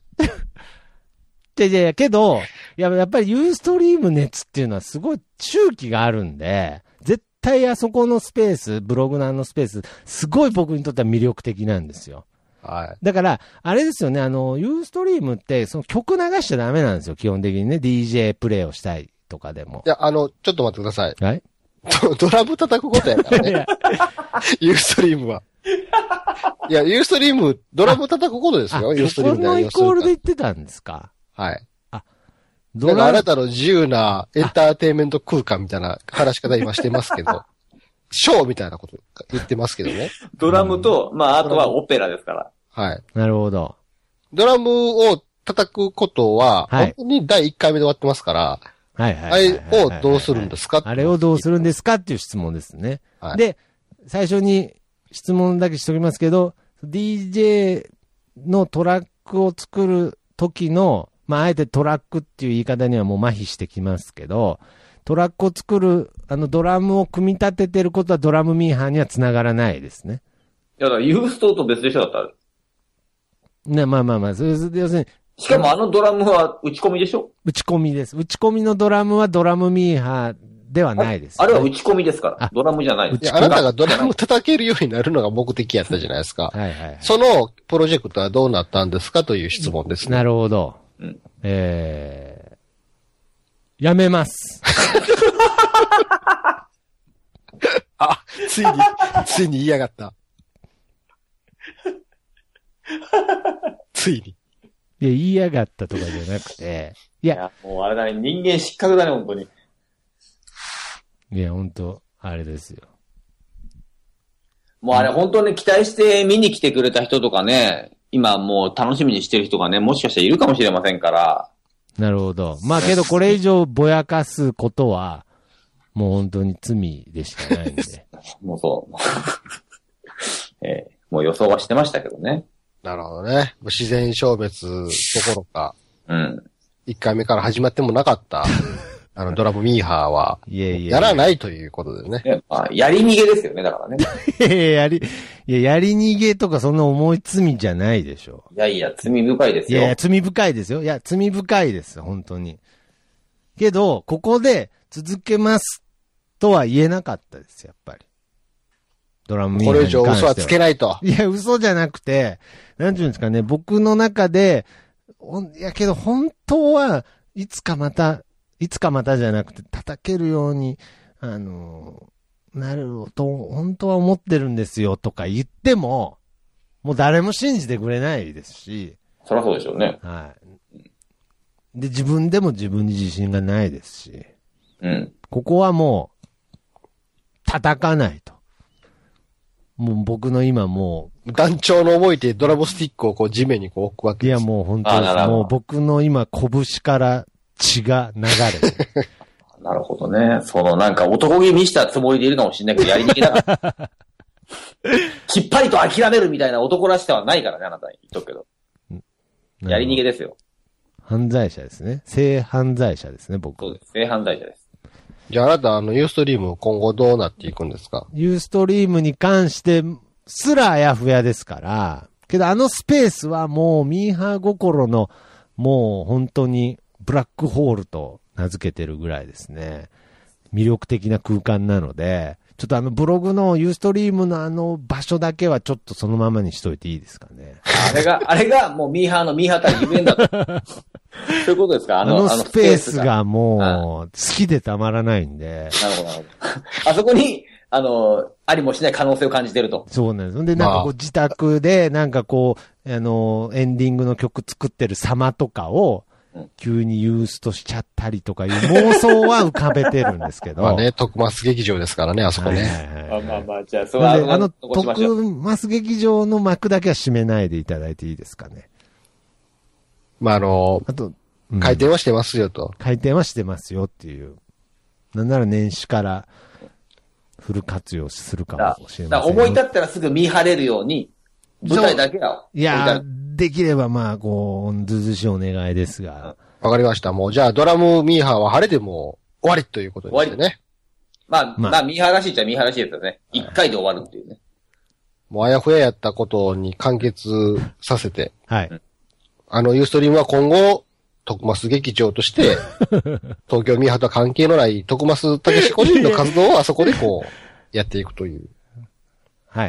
いやいや、けど、や、やっぱりユーストリーム熱っていうのはすごい周期があるんで、絶対あそこのスペース、ブログのあのスペース、すごい僕にとっては魅力的なんですよ。 はい。 だから、あれですよね、あの、ユーストリームって、その曲流しちゃダメなんですよ、基本的にね。ディージェー プレイをしたいとかでも。 いや、あの、ちょっと待ってください。 はいドラム叩くことやからね。ユーストリームは。いや、ユーストリーム、ドラム叩くことですよ、ユーストリームで。 そこのイコールで言ってたんですか？ はい。 あ、 ドラム。あなたの自由なエンターテインメント空間みたいな話し方今してますけど、ショーみたいなこと言ってますけどね。 ドラムと、まあ、あとはオペラですから。 はい。 なるほど。 ドラムを叩くことは、 はい、 本当にだいいっかいめで終わってますから、 はいはい。 あれをどうするんですか？ あれをどうするんですかっていう質問ですね。はい、で、最初に質問だけしておきますけど、ディージェー のトラックを作る時の、まあ、あえてトラックっていう言い方にはもう麻痺してきますけど、トラックを作る、あのドラムを組み立ててることはドラムミーハーには繋がらないですね。 いや、だからユーストと別でしょだったら。 ね、まあまあまあ、それ要するに、 しかもあのドラムは打ち込みでしょ？ 打ち込みです。打ち込みのドラムはドラムミーハーではないです、ねあ。あれは打ち込みですから。ドラムじゃないです。 いや、あなたがドラム叩けるようになるのが目的やったじゃないですか。 はいはい、はい。 そのプロジェクトはどうなったんですかという質問ですね。 なるほど。うん、えー、やめます。 あ、ついに、ついに言いやがった。ついに。 いや、言いやがったとかじゃなくて。いや、いやもうあれだね、人間失格だね、本当に。 いや、本当あれですよ。 もうあれ本当に期待して見に来てくれた人とかね、今もう楽しみにしてる人がね、もしかしたらいるかもしれませんから。 なるほど。まあけどこれ以上ぼやかすことは、もう本当に罪でしかないんで。 もうそう。えー、もう予想はしてましたけどね。 なるほどね。自然消滅どころか。 うん。 一回目から始まってもなかった。 あの、ドラムミーハーは、いえいえやらないということでね。 ねまあ、やり逃げですよね、だからね。 いやいや、やり、いや、やり逃げとかそんな重い罪じゃないでしょ。 いやいや、罪深いですよ。 いやいや、罪深いですよ。いや、罪深いです、本当に。けど、ここで続けますとは言えなかったです、やっぱり。ドラムミーハーに関しては。 これ以上嘘はつけないと。 いや、嘘じゃなくて、なんていうんですかね、僕の中で、いやけど本当はいつかまた、いつかまたじゃなくて叩けるように、あの、なると、本当は思ってるんですよとか言っても、もう誰も信じてくれないですし。 そりゃそうでしょうね。 はい。で、自分でも自分に自信がないですし。 うん。 ここはもう、叩かないと。もう僕の今もう。団長の思いでドラムスティックをこう地面にこう置くわけです。 いやもう本当です。もう僕の今拳から血が流れる。 なるほどね。そのなんか男気見したつもりでいるかもしれないけど、やりにきだから。きっぱりと諦めるみたいな男らしさはないからね、あなたに言っとくけど。やり逃げですよ。 犯罪者ですね。性犯罪者ですね、僕。 そうです。性犯罪者です。 じゃああなた、あの、ユーストリーム今後どうなっていくんですか？ ユーストリームに関してすらあやふやですから、けどあのスペースはもうミーハー心のもう本当にブラックホールと名付けてるぐらいですね。魅力的な空間なので、ちょっとあのブログのユーストリームのあの場所だけはちょっとそのままにしといていいですかね。 あれが、あれがもうミーハーのミーハー対ゆえんだと。そういうことですか？ あの、あのスペースがもう好きでたまらないんで。 なるほど、なるほど。あそこに、あの、ありもしない可能性を感じてると。 そうなんです。で、なんかこう自宅で、なんかこう、あの、エンディングの曲作ってる様とかを、急にユーストしちゃったりとかいう妄想は浮かべてるんですけど。 まあね、徳増劇場ですからね、あそこね。 はいはいはい、まあまあ、じゃあ、そうあの、徳増劇場の幕だけは閉めないでいただいていいですかね。 まあ、あの、あと、うん、回転はしてますよと。 回転はしてますよっていう。なんなら年始からフル活用するかもしれません。だ思い立ったらすぐ見張れるように、舞台だけは。 いや、できればまあ、こう、ずずしいお願いですが。 わかりました。もう、じゃあ、ドラムミーハーは晴れても終わりということですね。 まあ、まあ、まあ、ミーハーらしいっちゃミーハーらしいですよね。一回で終わるっていうね。 もう、あやふややったことに完結させて。 はい。 あの、ユーストリームは今後、徳増劇場として、東京ミーハーとは関係のない徳増武史個人の活動をあそこでこう、やっていくという。 はい。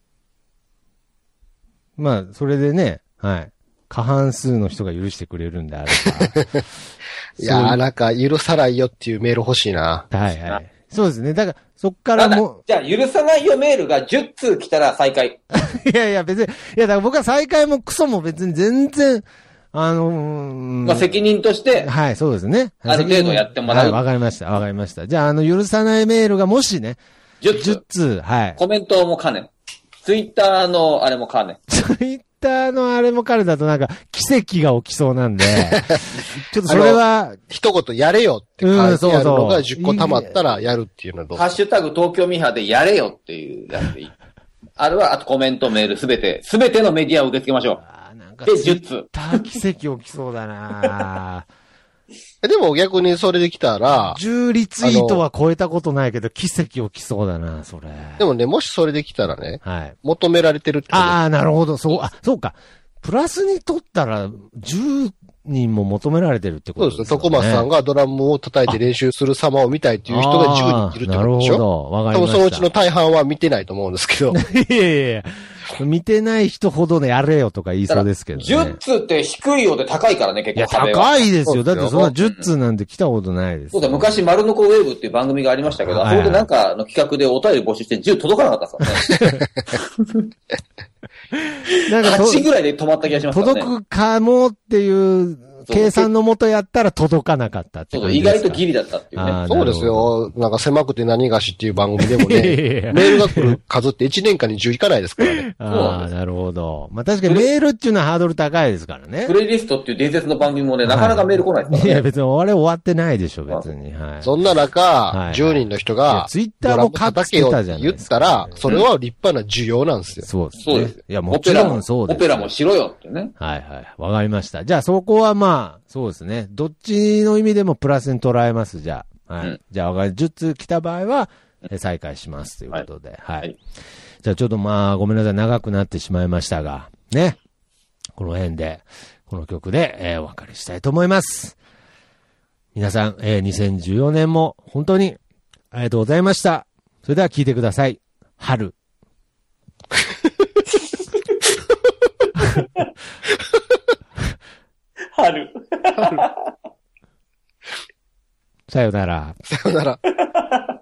まあ、それでね、はい。過半数の人が許してくれるんであれば。 いやー、なんか、許さないよっていうメール欲しいな。 はいはい。そうですね。だから、そっからも。 じゃあ、許さないよメールがじゅっ通来たら再開。 いやいや、別に、いや、だから僕は再開もクソも別に全然、あのー、 まあ、責任として。 はい、そうですね。 ある程度やってもらう。 はい、わかりました。わかりました。じゃあ、あの、許さないメールがもしね、 じゅっ通。 じゅっ通、はい。 コメントも兼ね。ツイッターのあれも兼ね。 ツイッターのあれも彼だとなんか奇跡が起きそうなんで、ちょっとそれは、 一言やれよって書いてあるのがじゅっこ溜まったらやるっていうのはどう？ ハッシュタグ東京ミーハーでやれよっていうやつでいい。あれは、あとコメント、メールすべて、すべてのメディアを受け付けましょう。 あなんかで、じゅっ通。 奇跡起きそうだなでも逆にそれできたら、 じゅうリツイートは超えたことないけど、奇跡起きそうだな、それ。 でもね、もしそれできたらね、 はい。 求められてるってこと。 ああ、なるほど、そう、あ、そうか。プラスに取ったら、じゅうにんも求められてるってことですね。 そうですね。徳松さんがドラムを叩いて練習する様を見たいっていう人がじゅうにんいるってことでしょ。なるほど、わかりました。多分そのうちの大半は見てないと思うんですけど。 いやいやいや。見てない人ほどね、やれよとか言いそうですけどね。 じゅっ通って低いようで高いからね、結構壁は。 いや、高いですよ。だってそんなじゅっ通なんて来たことないです。 そうだ、昔、丸のこウェーブっていう番組がありましたけど、はいはい、そこでなんかの企画でお便り募集してじゅう届かなかったですからね。なんかはちぐらいで止まった気がしますからね。 届くかもっていう計算のもとやったら届かなかったっていう。 そう、意外とギリだったっていうね。 そうですよ。なんか狭くて何がしっていう番組でもね、メールが来る数っていちねんかんにじゅういかないですからね。 ああ、なるほど。まあ確かにメールっていうのはハードル高いですからね。 プレイリストっていう伝説の番組もね、なかなかメール来ないですからね。 いや別にあれ終わってないでしょ、別に。はい。 そんな中、じゅうにんの人が、 ツイッターも書けよって言ったら、それは立派な需要なんですよ。 そうです。 そうです。 いや、もちろんそうです。 オペラもしろよってね。 はいはい。わかりました。じゃあそこはままあ、そうですね。どっちの意味でもプラスに捉えます、じゃあ。はい。うん、じゃあ、じゅっ通来た場合は、再開しますということで。はい。はい、じゃあ、ちょっとまあ、ごめんなさい。長くなってしまいましたが、ね。この辺で、この曲で、えー、お別れしたいと思います。皆さん、えー、にせんじゅうよねんも本当にありがとうございました。それでは聴いてください。春。 春。 さよなら。 さよなら。